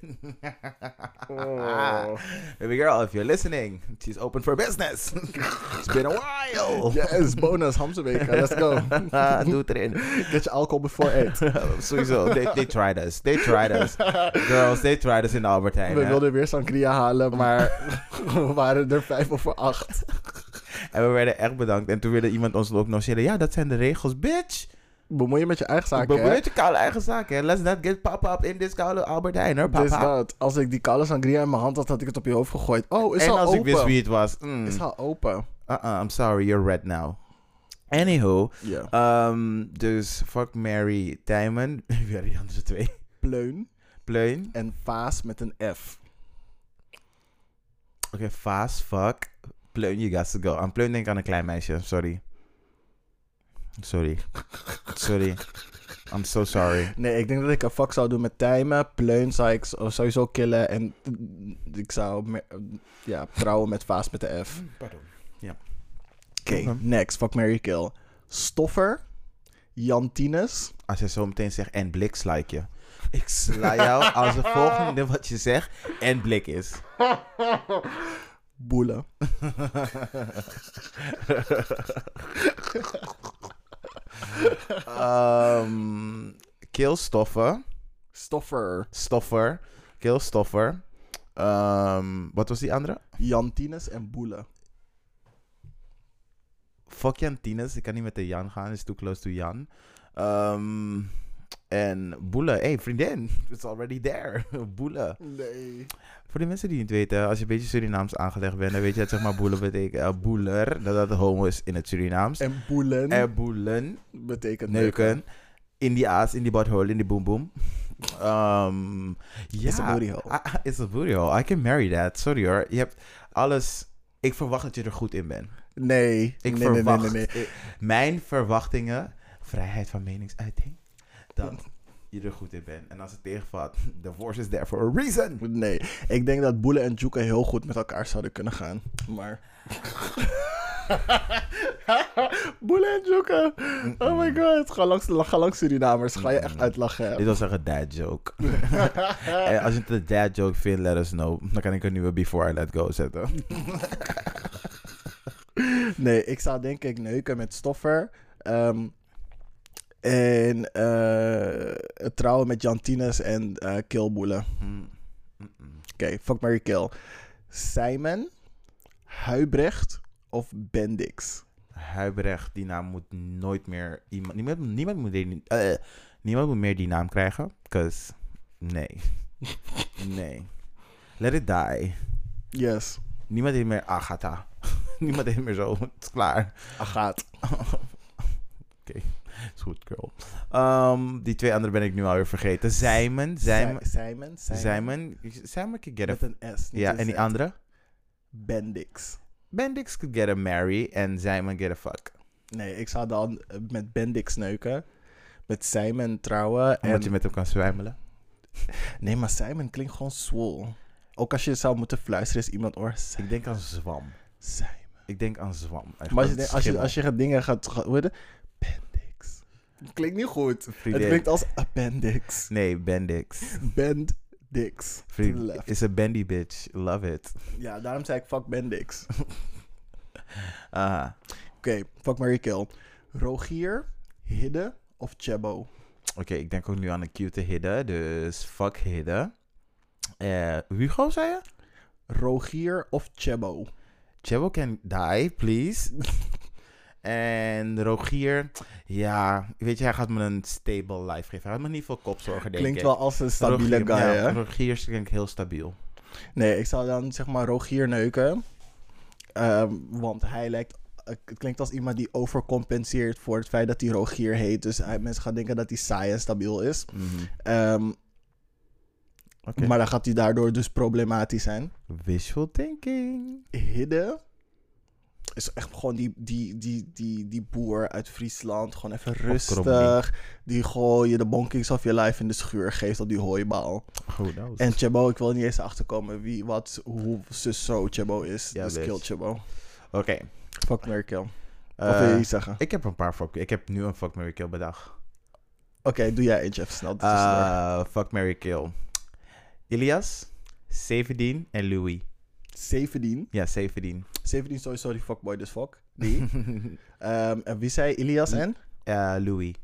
Oh. Baby girl, if you're listening, she's open for business. It's been a while. Yes, bonus, Hamsterweken, let's go. Doe het erin. Get je alcohol before eight. Sowieso, they, they tried us. They tried us. Girls, they tried us in Albert Heijn. We hè? wilden weer sangria halen, maar we waren er vijf over acht. En we werden echt bedankt. En toen wilde iemand ons ook nog zeggen, ja, dat zijn de regels, bitch. Bemoei je met je eigen zaken, Bemoei hè? met je koude eigen zaken, hè. Let's not get pop-up in this koude Albert Heijn, hoor. Dus Papa. dat, als ik die koude sangria in mijn hand had, had ik het op je hoofd gegooid. Oh, is En al als open. ik wist wie het was. Mm. Is al open. Uh-uh, I'm sorry, you're red now. Anywho, Ja. um, dus fuck Mary Tijmen. Wie waren die andere twee? Pleun Pleun. en Vaas met een F. Oké, okay, Vaas, fuck. Pleun, you got to go. Aan Pleun denk ik aan een klein meisje, sorry. Sorry. Sorry. I'm so sorry. Nee, ik denk dat ik een fuck zou doen met Tijmen. Pleun zou ik sowieso killen. En ik zou me- ja, trouwen met Vaas met de F. Pardon. Ja. Oké, okay, next. Fuck, marry, kill. Stoffer. Jantines. Als je zo meteen zegt en blik, sla ik je. Ik sla jou als het volgende wat je zegt en blik is. Boelen. um, kill Stoffer. Stoffer. Stoffer. Kill Stoffer. Um, wat was die andere? Jantines en Boelen. Fuck Jan Tines. Ik kan niet met de Jan gaan. It's too close to Jan. Um, en Boele. Hey, vriendin. It's already there. Boele. Nee. Voor de mensen die het weten, als je een beetje Surinaams aangelegd bent, dan weet je dat zeg maar boele betekent uh, boeler. Dat dat homo is in het Surinaams. En boelen. En boelen. Betekent Neuken. In die aas, in die butthole, in die boom boom. Um, ja. It's a booty hole. I, it's a booty hole. I can marry that. Sorry hoor. Je hebt alles... Ik verwacht dat je er goed in bent. Nee. Ik nee, verwacht... nee, nee, nee, nee. Mijn verwachtingen, vrijheid van meningsuiting, dat je er goed in bent. En als het tegenvalt, the force is there for a reason. Nee, ik denk dat Boele en Juke heel goed met elkaar zouden kunnen gaan. Maar... Boele en Juke. Oh my god. Ga langs, ga langs Surinamers. Ga je echt uitlachen. Hè? Dit was echt een dad joke. En als je het een dad joke vindt, let us know. Dan kan ik een nieuwe Before I Let Go zetten. Nee, ik zou denk ik neuken met Stoffer. Um, en uh, trouwen met Jantines en uh, kill Boele. Mm. Oké, okay, fuck, marry, kill. Simon, Huibrecht of Bendix? Huibrecht, die naam moet nooit meer... Iemand, niemand, niemand, moet die, uh, niemand moet meer die naam krijgen. Cause, nee. Nee. Let it die. Yes. Niemand heeft meer Agatha. Niemand heeft meer zo. Het is klaar. Agaat. Oké. Okay. Is goed, girl. Um, die twee andere ben ik nu alweer vergeten. Simon. Simon. Simon. Simon. Simon can get a... Met een S. Niet ja, een en die Z. andere? Bendix. Bendix could get a marry and Simon get a fuck. Nee, ik zou dan eh, met Bendix neuken. Met Simon trouwen. Omdat En... je met hem kan zwijmelen. Nee, maar Simon klinkt gewoon swole. Ook als je zou moeten fluisteren, is iemand oor. Ik denk aan zwam. Simon. Ik denk aan zwam. Echt, Maar als je, dat denkt- als je, schimmel. als je gaat dingen gaat... gaat hoe heet het? Bendix. Klinkt niet goed. Vriendin. Het klinkt als appendix. Nee, Bendix. Bendix. To the Vriend, left. is a bendy bitch. Love it. Ja, daarom zei ik fuck Bendix. Aha. Oké, fuck Mary Kill. Rogier, Hidde of Chebo? Oké, ik denk ook nu aan een cute Hidde. Dus fuck Hidde. Eh, Hugo, zei je? Rogier of Chebo? Chebo can die, please. En Rogier, ja, weet je, hij gaat me een stable life geven. Hij gaat me niet veel kopzorgen, denk Klinkt ik. wel als een stabiele Rogier, guy, ja, hè? Rogier klinkt heel stabiel. Nee, ik zou dan zeg maar Rogier neuken. Ehm, want hij lijkt... Het klinkt als iemand die overcompenseert voor het feit dat hij Rogier heet. Dus hij, mensen gaan denken dat hij saai en stabiel is. Mhm. Ehm, Oké. Maar dan gaat hij daardoor dus problematisch zijn. Wishful thinking. Hidde is echt gewoon die, die, die, die, die boer uit Friesland. Gewoon even rustig. Die gewoon je de bonkings of je life in de schuur geeft op die hooibal. Who knows? En Chebo, ik wil niet eens achterkomen wie, wat, hoe zus zo Chebo is. Ja, dus bitch. kill Chebo. Oké. Fuck, Mary kill. Eh, Wat wil je iets zeggen? Oké, Ik heb een paar fuck... Ik heb nu een fuck, marry, kill bedacht. doe jij eentje even snel. tussendoor. Uh, fuck, marry, kill. Ilias, Severdien en Louis. zeventien. Ja, Severdien. zeventien sowieso die fuckboy, dus fuck. Die. Ehm, en wie zei Ilias en? Uh, Louis.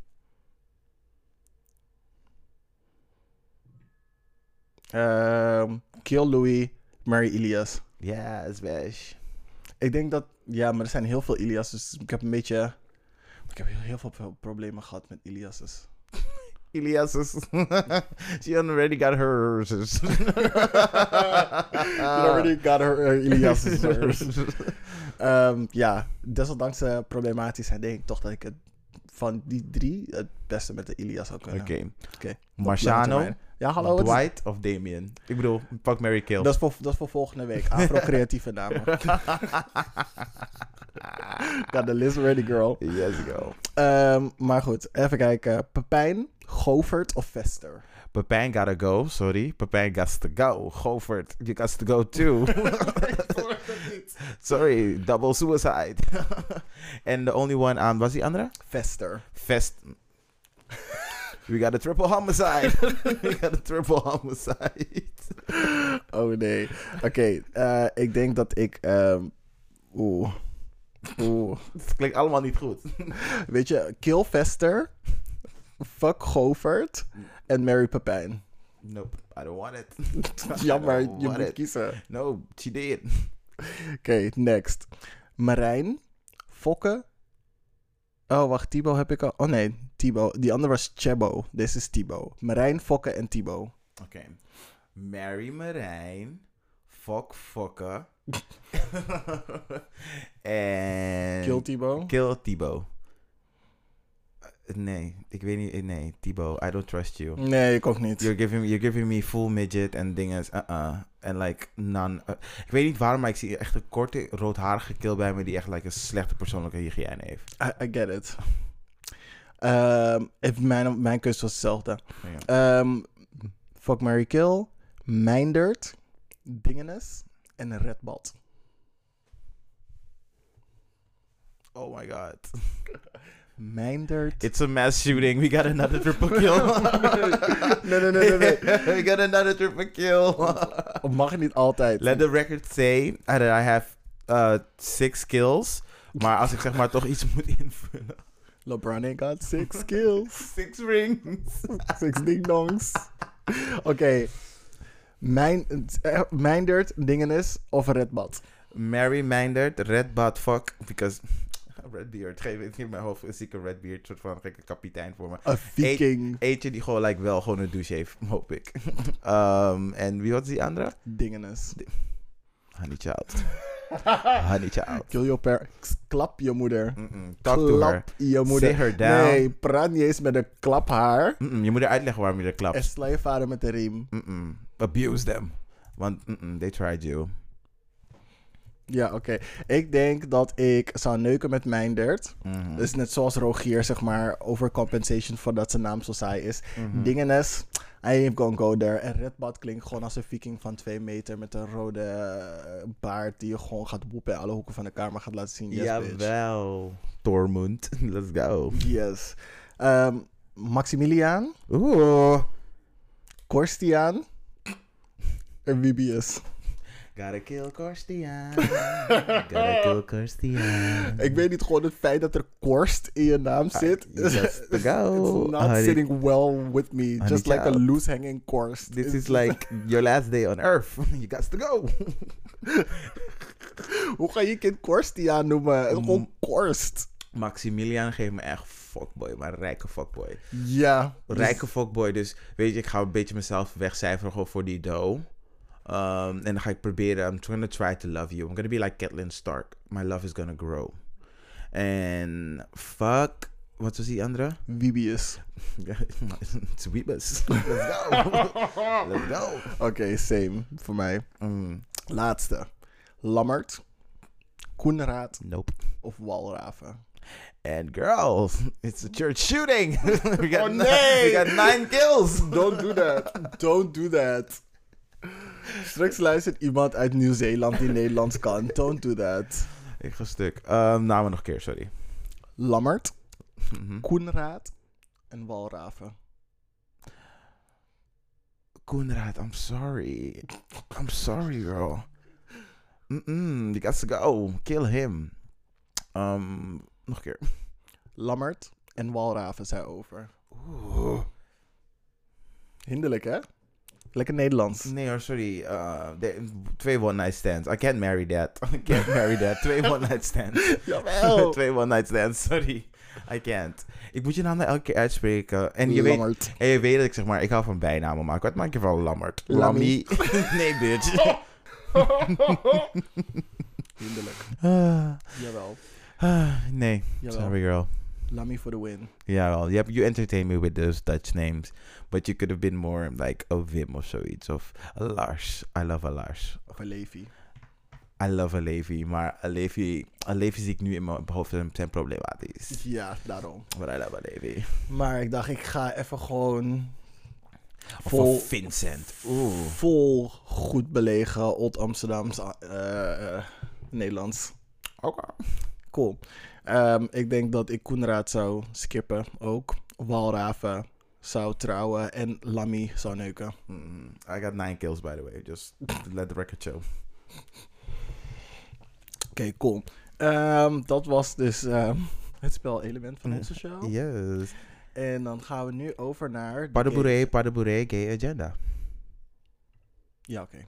Ehm, kill Louis, marry Ilias. Yes, bash. Ik denk dat... Ja, maar er zijn heel veel Ilias, dus ik heb een beetje... Ik heb heel, heel veel pro- problemen gehad met Ilias's. Ilias is... She already got hers. You already got her uh, Ilias's. Ehm, ja, desondanks uh, problematisch zijn, denk ik toch dat ik het van die drie het beste met de Ilias zou kunnen. Oké. Oké. Marciano, Ja, hallo. wat is- Dwight of Damien? Ik bedoel, fuck, marry, kill. Dat is, voor, dat is voor volgende week. Afro-creatieve namen. Got the list ready, girl. Yes, go. Ehm, maar goed, even kijken. Pepijn, Govert of Vester? Pepijn gotta go, sorry. Pepijn got to go. Govert, you got to go too. Sorry, double suicide. En the only one aan, was die andere? Vester. Vest. We got a triple homicide. We got a triple homicide. Oh nee. Oké, eh, ik denk dat ik... ehm, Oeh. Oeh. Het klinkt allemaal niet goed. Weet je, kill Vester, fuck Govert en marry Pepijn. Nope, I don't want it. Jammer, I don't je want moet it. kiezen. No, she did. Oké, next. Marijn, Fokke. Oh, wacht, Thibaut heb ik al. Oh nee, Thibaut. Die andere was Chebo. Dit is Thibaut. Marijn, Fokke en Thibaut. Oké. Mary Marijn. Fuck Fokke. En... Kill Thibaut. Kill Thibaut. Uh, nee, ik weet niet. Nee, Thibaut, I don't trust you. Nee, ik ook niet. You're giving, you're giving me full midget en dingen. Uh-uh. En like, none. uh, ik weet niet waarom, maar ik zie echt een korte, roodharige kill bij me die echt like, een slechte persoonlijke hygiëne heeft. I, I get it. Ehm, even mijn, mijn keuze was hetzelfde. Ja. Ehm, fuck, marry, kill. Mijndert, Dingenes en Redbad. Oh my god. Mijndert. It's a mass shooting. We got another triple kill. nee, nee, nee, nee, nee. We got another triple kill. Mag niet altijd. Let the record say that I have uh, six kills. Maar als ik zeg maar toch iets moet invullen. LeBron ain't got six kills. Six rings. Six ding-dongs. Oké. Okay. Mijn, uh, Mijndert, Dingenes of Redbad? Mary Mindert, Red Butt fuck. Because... Redbeard. Geef het in mijn hoofd een zieke Redbeard. soort van gekke kapitein voor me. Een viking. Eentje die gewoon like, wel gewoon een douche heeft. Hoop ik. um, en wie was die andere? Dingenes. Honey Child. Honey Child. Kill your parents. Klap je moeder. Mm-mm. Talk to her. Klap je moeder. Sit her down. Nee, praat niet eens met een klap haar. Mm-mm. Je moet er uitleggen waarom je er klapt. En sla je vader met de riem. Mm-mm. Abuse them. Want mm-mm, they tried you. Ja, oké. Ik denk dat ik zou neuken met Mijndert. Mhm. Dus net zoals Rogier, zeg maar, overcompensation voordat zijn naam zo saai is. Mhm. Dingenes, I ain't gonna go there. En Redbad klinkt gewoon als een viking van twee meter met een rode eh, baard die je gewoon gaat woepen en alle hoeken van de kamer gaat laten zien. Yes, bitch. Jawel. Tormund. Let's go. Yes. Ehm, Maximiliaan, Oeh. Korstiaan en Wibius. Gotta kill Korstiaan. Gotta kill Korstiaan. Ik weet niet, gewoon het feit dat er Korst in je naam zit. Just to go. It's not Honey. sitting well with me. Honey Just like a child. loose hanging Korst. This It's is like your last day on earth. You got to go. Hoe ga je je kind Korstiaan noemen? Het is Gewoon Korst. Maximilian geeft me echt fuckboy, maar een rijke fuckboy. Ja. Rijke fuckboy, dus weet je, ik ga een beetje mezelf wegcijferen gewoon voor die dough. Um, en dan ga ik proberen, I'm gonna try to love you. I'm gonna be like Catelyn Stark. My love is gonna grow. En fuck, wat was die andere? Wibius. It's Weebus. Let's go. Let's go. Oké, same. Voor mij. Mm, Laatste. Lammert, Koenraad nope. of Walraven? And girls, it's a church shooting. we, got Oh, ni- nee. we got nine kills. Don't do that. Don't do that. Straks luistert iemand uit Nieuw-Zeeland die Nederlands kan. Don't do that. Ik ga stuk. Um, namen nog een keer, sorry. Lammert, Mhm. Koenraad en Walraven. Koenraad, I'm sorry. I'm sorry, girl. Mm-mm, you got to go. Kill him. Um, nog een keer. Lammert en Walraven zijn over. Oeh. Hinderlijk, hè? Lekker Nederlands. Nee hoor, sorry. Uh, de- twee one-night stands. I can't marry that. I can't marry that. Twee one-night stands. Jawel. Twee one-night stands, sorry. I can't. Ik moet je naam nou elke keer uitspreken. En je weet, Lammert. en je weet dat ik zeg maar, ik hou van bijnamen maken. Wat maak je van Lammert? Lammy. Lammy. Nee, bitch. Hinderlijk. Ah, Jawel. ah, nee, Jawel. sorry girl. Lammy for the win. Jawel, you, you entertain me with those Dutch names. But you could have been more like a Wim of zoiets. Of a Lars. I love a Lars. Of een Levi. I love a Levi. Maar a Levi, a Levi zie ik nu in mijn hoofd en zijn problematisch. Ja, daarom. But I love a Levi. Maar ik dacht, ik ga even gewoon Of vol, a Vincent. Oeh. vol goed belegen Old Amsterdams eh, eh, Nederlands. Oké. Cool. Ehm, ik denk dat ik Koenraad zou skippen ook. Walraven zou trouwen en Lammy zou neuken. Mm, I got nine kills by the way. Just let the record show. Oké, cool. Ehm, dat was dus ehm, het spelelement van onze show. Yes. En dan gaan we nu over naar... de Padabouré, game- Padabouré, gay agenda. Ja, oké.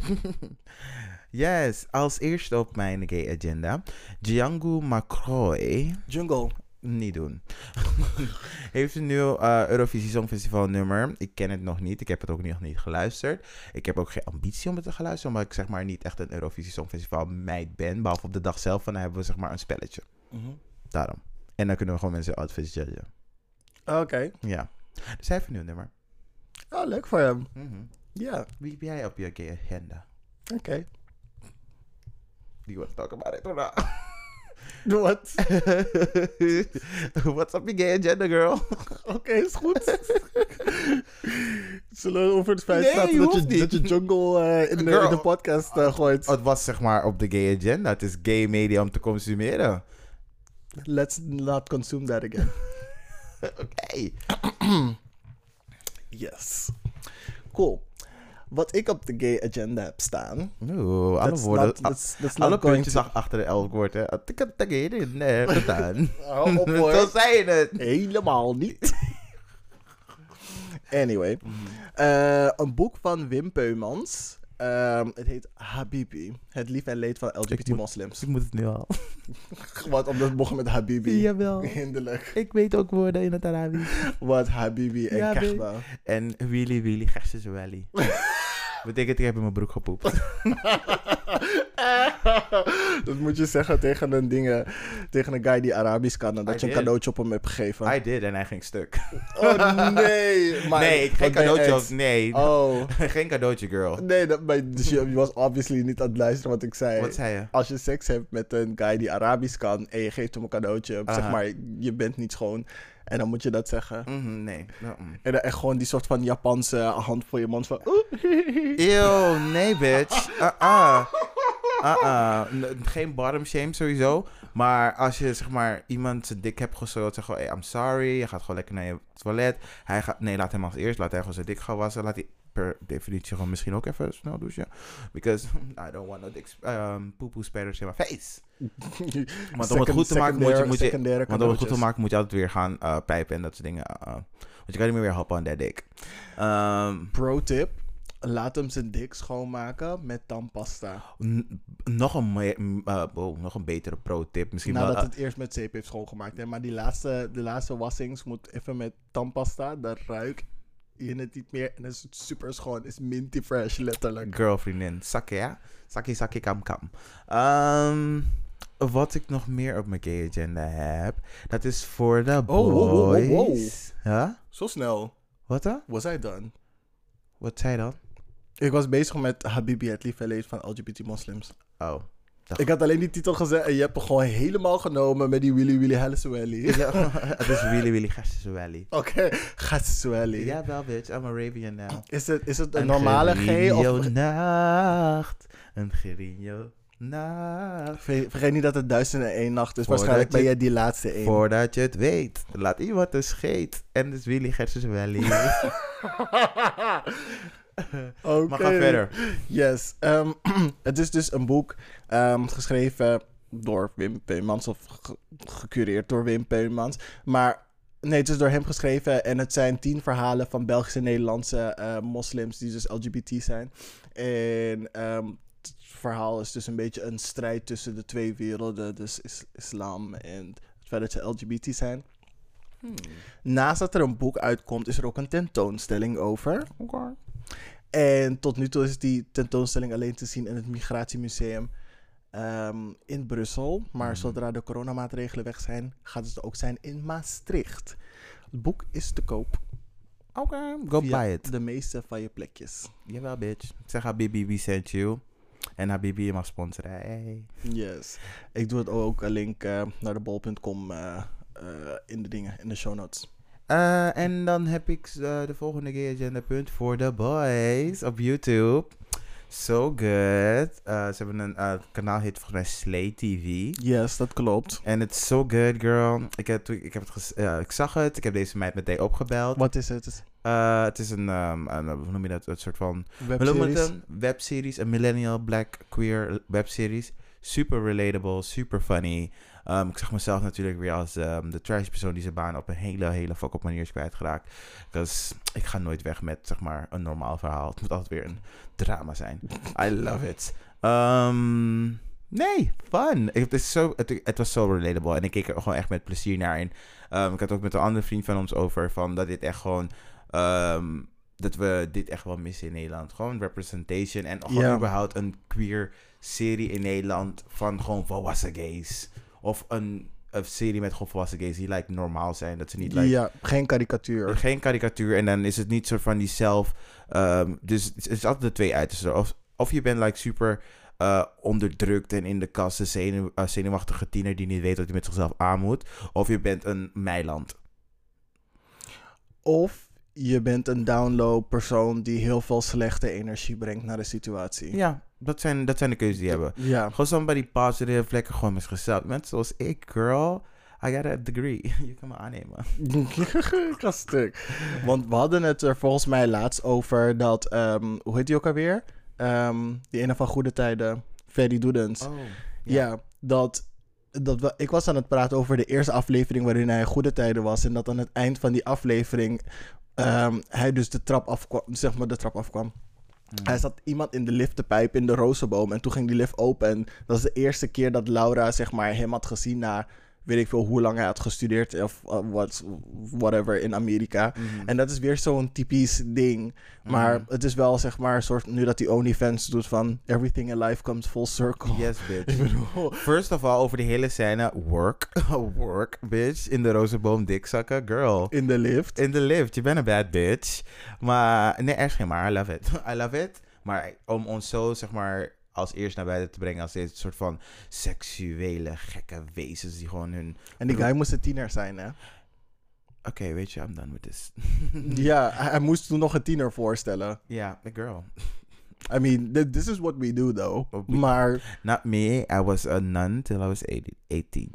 Yes, als eerste op mijn gay agenda. Django Macroy. Jungle. Niet doen. Heeft een nieuw uh, Eurovisie Songfestival nummer. Ik ken het nog niet. Ik heb het ook nog niet geluisterd. Ik heb ook geen ambitie om het te gaan luisteren. Omdat ik zeg maar niet echt een Eurovisie Songfestival meid ben. Behalve op de dag zelf. En dan hebben we zeg maar een spelletje. Mhm. Daarom. En dan kunnen we gewoon mensen outfits judgen. Oké. Ja. Dus hij heeft een nieuw nummer. Oh, leuk voor hem. Mhm. Ja, Wie heb jij op je gay agenda? oké. Do you want to talk about it or not? Wat? What's up your gay agenda, girl? Oké, is goed. Zullen we over het feit Nee, praten je dat, je, hoeft niet. dat je jungle eh, in, de, Girl. in de podcast eh, gooit? Het was zeg maar op de gay agenda. Het is gay media om te consumeren. Let's not consume that again. Oké. Yes. Cool. Wat ik op de gay agenda heb staan... Oeh, alle that's woorden. not- that's- that's not alle going puntjes to- ach- achter de elk woord. Hè. Ik heb het tegen nee, gedaan. Hou op, hoor. Zo zei je het. Helemaal niet. Anyway. Eh, een boek van Wim Peumans. Ehm, het heet Habibi. Het lief en leed van L G B T Ik moet- moslims. Ik moet het nu al. Wat, omdat het begon met Habibi. Jawel. Hinderlijk. Ik weet ook woorden in het Arabisch. Wat Habibi en Ja, Kechba. En Willy Willy, Gerses Welly. Betekent ik heb in mijn broek gepoept. Dat moet je zeggen tegen een, dingen, tegen een guy die Arabisch kan. En dat I je een did. cadeautje op hem hebt gegeven. I did en hij ging stuk. Oh nee. Maar, nee, geen wat ben je cadeautje. ex? Of, nee, Oh. geen cadeautje, girl. Nee, dat, maar, dus je, je was obviously niet aan het luisteren wat ik zei. Wat zei je? Als je seks hebt met een guy die Arabisch kan en je geeft hem een cadeautje, zeg Aha. maar, je bent niet schoon. En dan moet je dat zeggen. Mhm, nee. Mm-mm. En dan echt gewoon die soort van Japanse hand voor je mond van... Eeuw, nee, bitch. Uh-uh. Uh-uh. N- Geen bottom shame sowieso. Maar als je zeg maar iemand zijn dik hebt gestoten, zeg gewoon, hey, I'm sorry. Je gaat gewoon lekker naar je toilet. Hij gaat, nee, laat hem als eerst. Laat hij gewoon zijn dik gaan wassen. Laat hij per definitie gewoon misschien ook even snel douchen. Because I don't want no dick, um, poepoe spatters in my face. Want om het goed te maken moet je, moet je want om het goed te maken moet je altijd weer gaan uh, pijpen en dat soort dingen. Uh, want je kan niet meer weer hoppen aan dat dik. Um, Pro tip. Laat hem zijn dik schoonmaken met tandpasta. N- nog, een me- m- uh, oh, nog een betere pro-tip. Misschien Nadat wel, uh, het eerst met zeep heeft schoongemaakt. Hè? Maar die laatste, de laatste wassings moet even met tandpasta. Dan ruik je het niet meer. En dan is het super schoon. Het is minty fresh, letterlijk. girlvriendin. Sakke, ja? Sakkie, sakkie, kam, kam. Um, wat ik nog meer op mijn gay agenda heb, dat is voor de boys. Oh, wow, wow, wow, wow. Ja? Zo snel. Wat dan? Was I done? Wat zei je dan? Ik was bezig met Habibi, het lieve leed van L G B T moslims. Oh. Ik had alleen die titel gezegd en je hebt hem gewoon helemaal genomen met die Willy Willy Halliswelly. Ja, het is Willy Willy Gastiswelly. Oké, okay. Gastiswelly. Ja, wel bitch. I'm Arabian now. Is het, is het een normale G Gerino of... nacht. Een gerino nacht. Ver- Vergeet niet dat het duizend en één nacht is. Voordat Waarschijnlijk ben je- jij die laatste één. Voordat je het weet, laat iemand een scheet. En dus Willy Gastiswelly. Oké. Maar ga verder. Yes. Um, het is dus een boek um, geschreven door Wim Peumans of ge- gecureerd door Wim Peumans. Maar nee, het is door hem geschreven en het zijn tien verhalen van Belgische en Nederlandse uh, moslims die dus L G B T zijn. En um, het verhaal is dus een beetje een strijd tussen de twee werelden, dus is- islam en het feit dat ze L G B T zijn. Hmm. Naast dat er een boek uitkomt, is er ook een tentoonstelling over. Okay. En tot nu toe is die tentoonstelling alleen te zien in het Migratiemuseum um, in Brussel. Maar Mm. zodra de coronamaatregelen weg zijn, gaat het ook zijn in Maastricht. Het boek is te koop. Oké, okay, go via buy it. de meeste van je plekjes. Jawel, bitch. Zeg Habibi, we sent you. En Habibi, je mag sponsoren. Hey. Yes. Ik doe het ook een link uh, naar de bol punt com uh, uh, in de dingen, in de show notes. Uh, en dan heb ik uh, de volgende gay agenda punt voor de boys op YouTube. So good. Uh, ze hebben een uh, kanaal heet volgens mij Slay T V. Yes, dat klopt. En het is so good, girl. Ik, heb, ik, heb het ges- uh, ik zag het. Ik heb deze meid meteen opgebeld. Wat is het? Uh, het is een, um, een, hoe noem je dat? Een soort van... We noemen het Webseries? een webseries. Een millennial black queer webseries. Super relatable, super funny. Um, ik zag mezelf natuurlijk weer als um, de trash persoon die zijn baan op een hele, hele fuck-up manier is kwijtgeraakt. Dus ik ga nooit weg met, zeg maar, een normaal verhaal. Het moet altijd weer een drama zijn. I love it. Um, nee, fun. Het, is zo, het, het was zo relatable. En ik keek er gewoon echt met plezier naar. En um, ik had ook met een andere vriend van ons over van dat dit echt gewoon... Um, dat we dit echt wel missen in Nederland. Gewoon representation. En gewoon Ja. überhaupt een queer serie in Nederland van gewoon volwassen gays. Of een, een serie met gewoon volwassen gays die like, normaal zijn. Dat ze niet like, Ja, geen karikatuur. geen karikatuur. En dan is het niet soort van die zelf... Um, dus het is altijd de twee uitersten. Of, of je bent like super uh, onderdrukt en in de kast een zenuw, uh, zenuwachtige tiener die niet weet wat hij met zichzelf aan moet. Of je bent een meiland. Of je bent een download persoon die heel veel slechte energie brengt naar de situatie. Ja, dat zijn, dat zijn de keuzes die je hebben. Ja. Gewoon somebody positive, lekker gewoon met zichzelf. Mensen zoals ik, girl, I got a degree. Je kan me aannemen. Ik ga stuk. Want we hadden het er volgens mij laatst over dat, um, hoe heet die ook alweer? Um, die ene van Goede Tijden, Ferry Doedens. Oh, Ja, dat, dat we, ik was aan het praten over de eerste aflevering waarin hij in Goede Tijden was. En dat aan het eind van die aflevering um, hij dus de trap afkwam, zeg maar de trap afkwam. Mm. Hij zat iemand in de lift te pijpen in de rozenboom en toen ging die lift open. En dat was de eerste keer dat Laura zeg maar hem had gezien na weet ik veel hoe lang hij had gestudeerd of uh, what, whatever in Amerika. Mhm. En dat is weer zo'n typisch ding. Maar Mhm. het is wel zeg maar een soort, nu dat die OnlyFans doet van everything in life comes full circle. Yes, Ik bitch. bedoel, First of all, over die hele scène, work, work, bitch, in de rozenboom dikzakken, girl. in de lift. In de lift, je bent een bad bitch. Maar, nee, er is geen maar, I love it. I love it. Maar om ons zo, zeg maar, als eerst naar buiten te brengen als deze soort van seksuele, gekke wezens die gewoon hun... En die guy moest een tiener zijn, hè? Oké, weet je, I'm done with this. Ja, hij, hij moest toen nog een tiener voorstellen. Ja, the girl. I mean, th- this is what we do, though. Oh, we- Maar Not me, I was a nun till I was eighteen.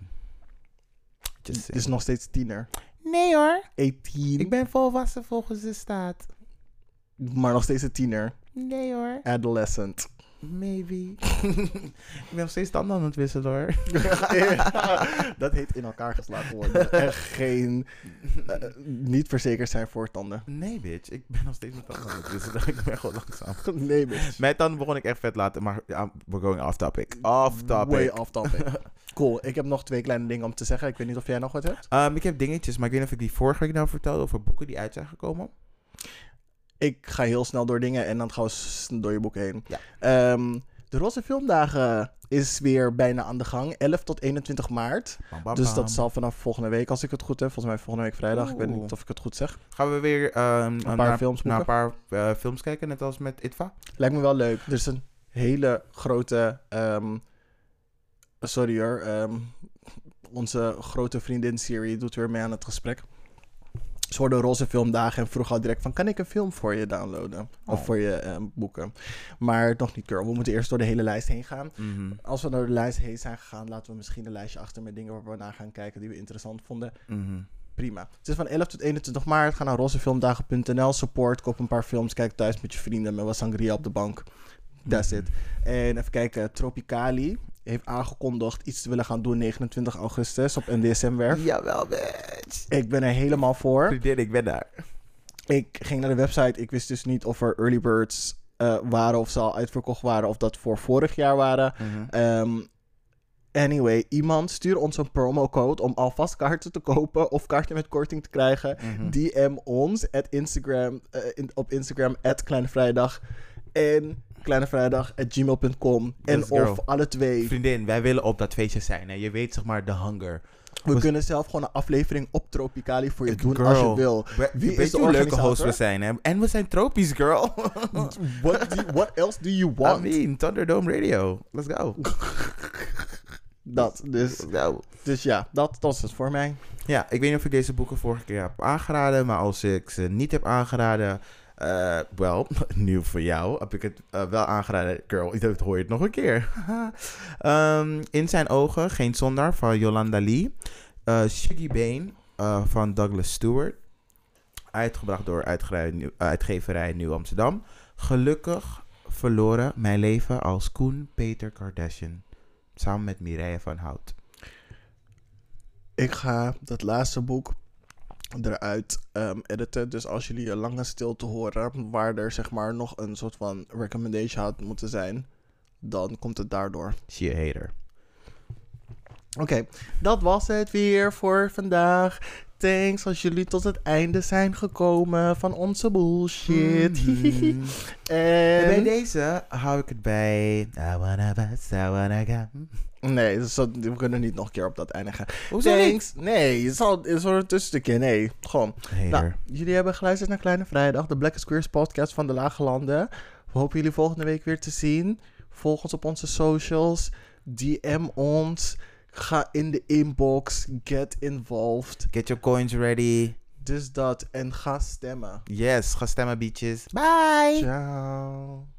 Just het is saying. nog steeds tiener. Nee hoor, achttien. ik ben volwassen volgens de staat. Maar nog steeds een tiener. Nee hoor. Adolescent. Maybe. Ik ben nog steeds tanden aan het wisselen hoor. Dat heet in elkaar geslagen worden. En geen... eh, niet verzekerd zijn voor tanden. Nee bitch, ik ben nog steeds met tanden aan het wisselen. Ik ben gewoon langzaam. Nee, bitch. Mijn tanden begon ik echt vet laten, maar ja, we're going off topic. Off topic. Way off topic. Cool. Ik heb nog twee kleine dingen om te zeggen. Ik weet niet of jij nog wat hebt. Um, ik heb dingetjes, maar ik weet niet of ik die vorige week nou vertelde over boeken die uit zijn gekomen. Ik ga heel snel door dingen en dan gaan we s- door je boek heen. Ja. Ehm, de Roze Filmdagen is weer bijna aan de gang. elf tot eenentwintig maart. Bam, bam, Dus bam. dat zal vanaf volgende week, als ik het goed heb. Volgens mij volgende week vrijdag. Ik weet Oeh. niet of ik het goed zeg. Gaan we weer um, paar naar, films naar een boeken? paar uh, films kijken, net als met Itva? Lijkt me wel leuk. Er is een hele grote... ehm, sorry hoor. ehm, onze grote vriendin Siri doet weer mee aan het gesprek. Ze worden Roze Filmdagen en vroeg al direct van... kan ik een film voor je downloaden? Of Oh. voor je ehm, boeken? Maar nog niet, girl. We moeten eerst door de hele lijst heen gaan. Mhm. Als we door de lijst heen zijn gegaan... laten we misschien een lijstje achter met dingen waar we naar gaan kijken... die we interessant vonden. Mhm. Prima. Het is van elf tot eenentwintig maart. Ga naar rozefilmdagen punt n l. Support. Koop een paar films. Kijk thuis met je vrienden. Met wat sangria op de bank. That's Mhm. it. En even kijken. Tropicali heeft aangekondigd iets te willen gaan doen negenentwintig augustus op N D S M-werf. Jawel, bitch. Ik ben er helemaal voor. Vriendin, ik ben daar. Ik ging naar de website. Ik wist dus niet of er early birds eh, waren of ze al uitverkocht waren. Of dat voor vorig jaar waren. Mhm. Ehm, anyway, iemand stuur ons een promocode om alvast kaarten te kopen of kaarten met korting te krijgen. Mhm. D M ons at Instagram, eh, in, op Instagram at Kleine Vrijdag en kleinevrijdag at gmail punt com. En Yes, girl. of alle twee. Vriendin, wij willen op dat feestje zijn. Hè? Je weet zeg maar de hunger. We Was- kunnen zelf gewoon een aflevering op Tropicali voor je doen Girl. als je wil. We, Wie weet is je de hoe leuke hosts organisator? we zijn, hè? En we zijn tropisch, girl. What, do, what else do you I want? mean, Thunderdome Radio. Let's go. Dat, dus, Let's go. dus ja, dat, dat is het voor mij. Ja, ik weet niet of ik deze boeken vorige keer heb aangeraden, maar als ik ze niet heb aangeraden, eh wel, nieuw voor jou, heb ik het eh, wel aangeraden. Girl, dat hoor je het nog een keer. Ehm, In zijn ogen, Geen Zondaar van Yolanda Lee. Eh Shuggy Bane eh, van Douglas Stewart. Uitgebracht door uitgeverij Nieuw, uitgeverij Nieuw Amsterdam. Gelukkig verloren, Mijn leven als Koen Peter Kardashian. Samen met Mireille van Hout. Ik ga dat laatste boek eruit ehm, editen. Dus als jullie een lange stilte horen, waar er zeg maar nog een soort van recommendation had moeten zijn, dan komt het daardoor. She a hater. Oké, dat was het weer voor vandaag. Thanks als jullie tot het einde zijn gekomen van onze bullshit. Mhm. En bij en... deze hou ik het bij... I wanna bust, I wanna go. Nee, dus dat, we kunnen niet nog een keer op dat einde gaan. Hoezo niet? Thanks. Nee, het is al is er een tussenstukje. Nee, gewoon. Hater. Nou, jullie hebben geluisterd naar Kleine Vrijdag, de Black Queers podcast van de Lage Landen. We hopen jullie volgende week weer te zien. Volg ons op onze socials. D M ons. Ga in de inbox. Get involved. Get your coins ready. Dus dat. En ga stemmen. Yes, ga stemmen, beaches. Bye! Ciao.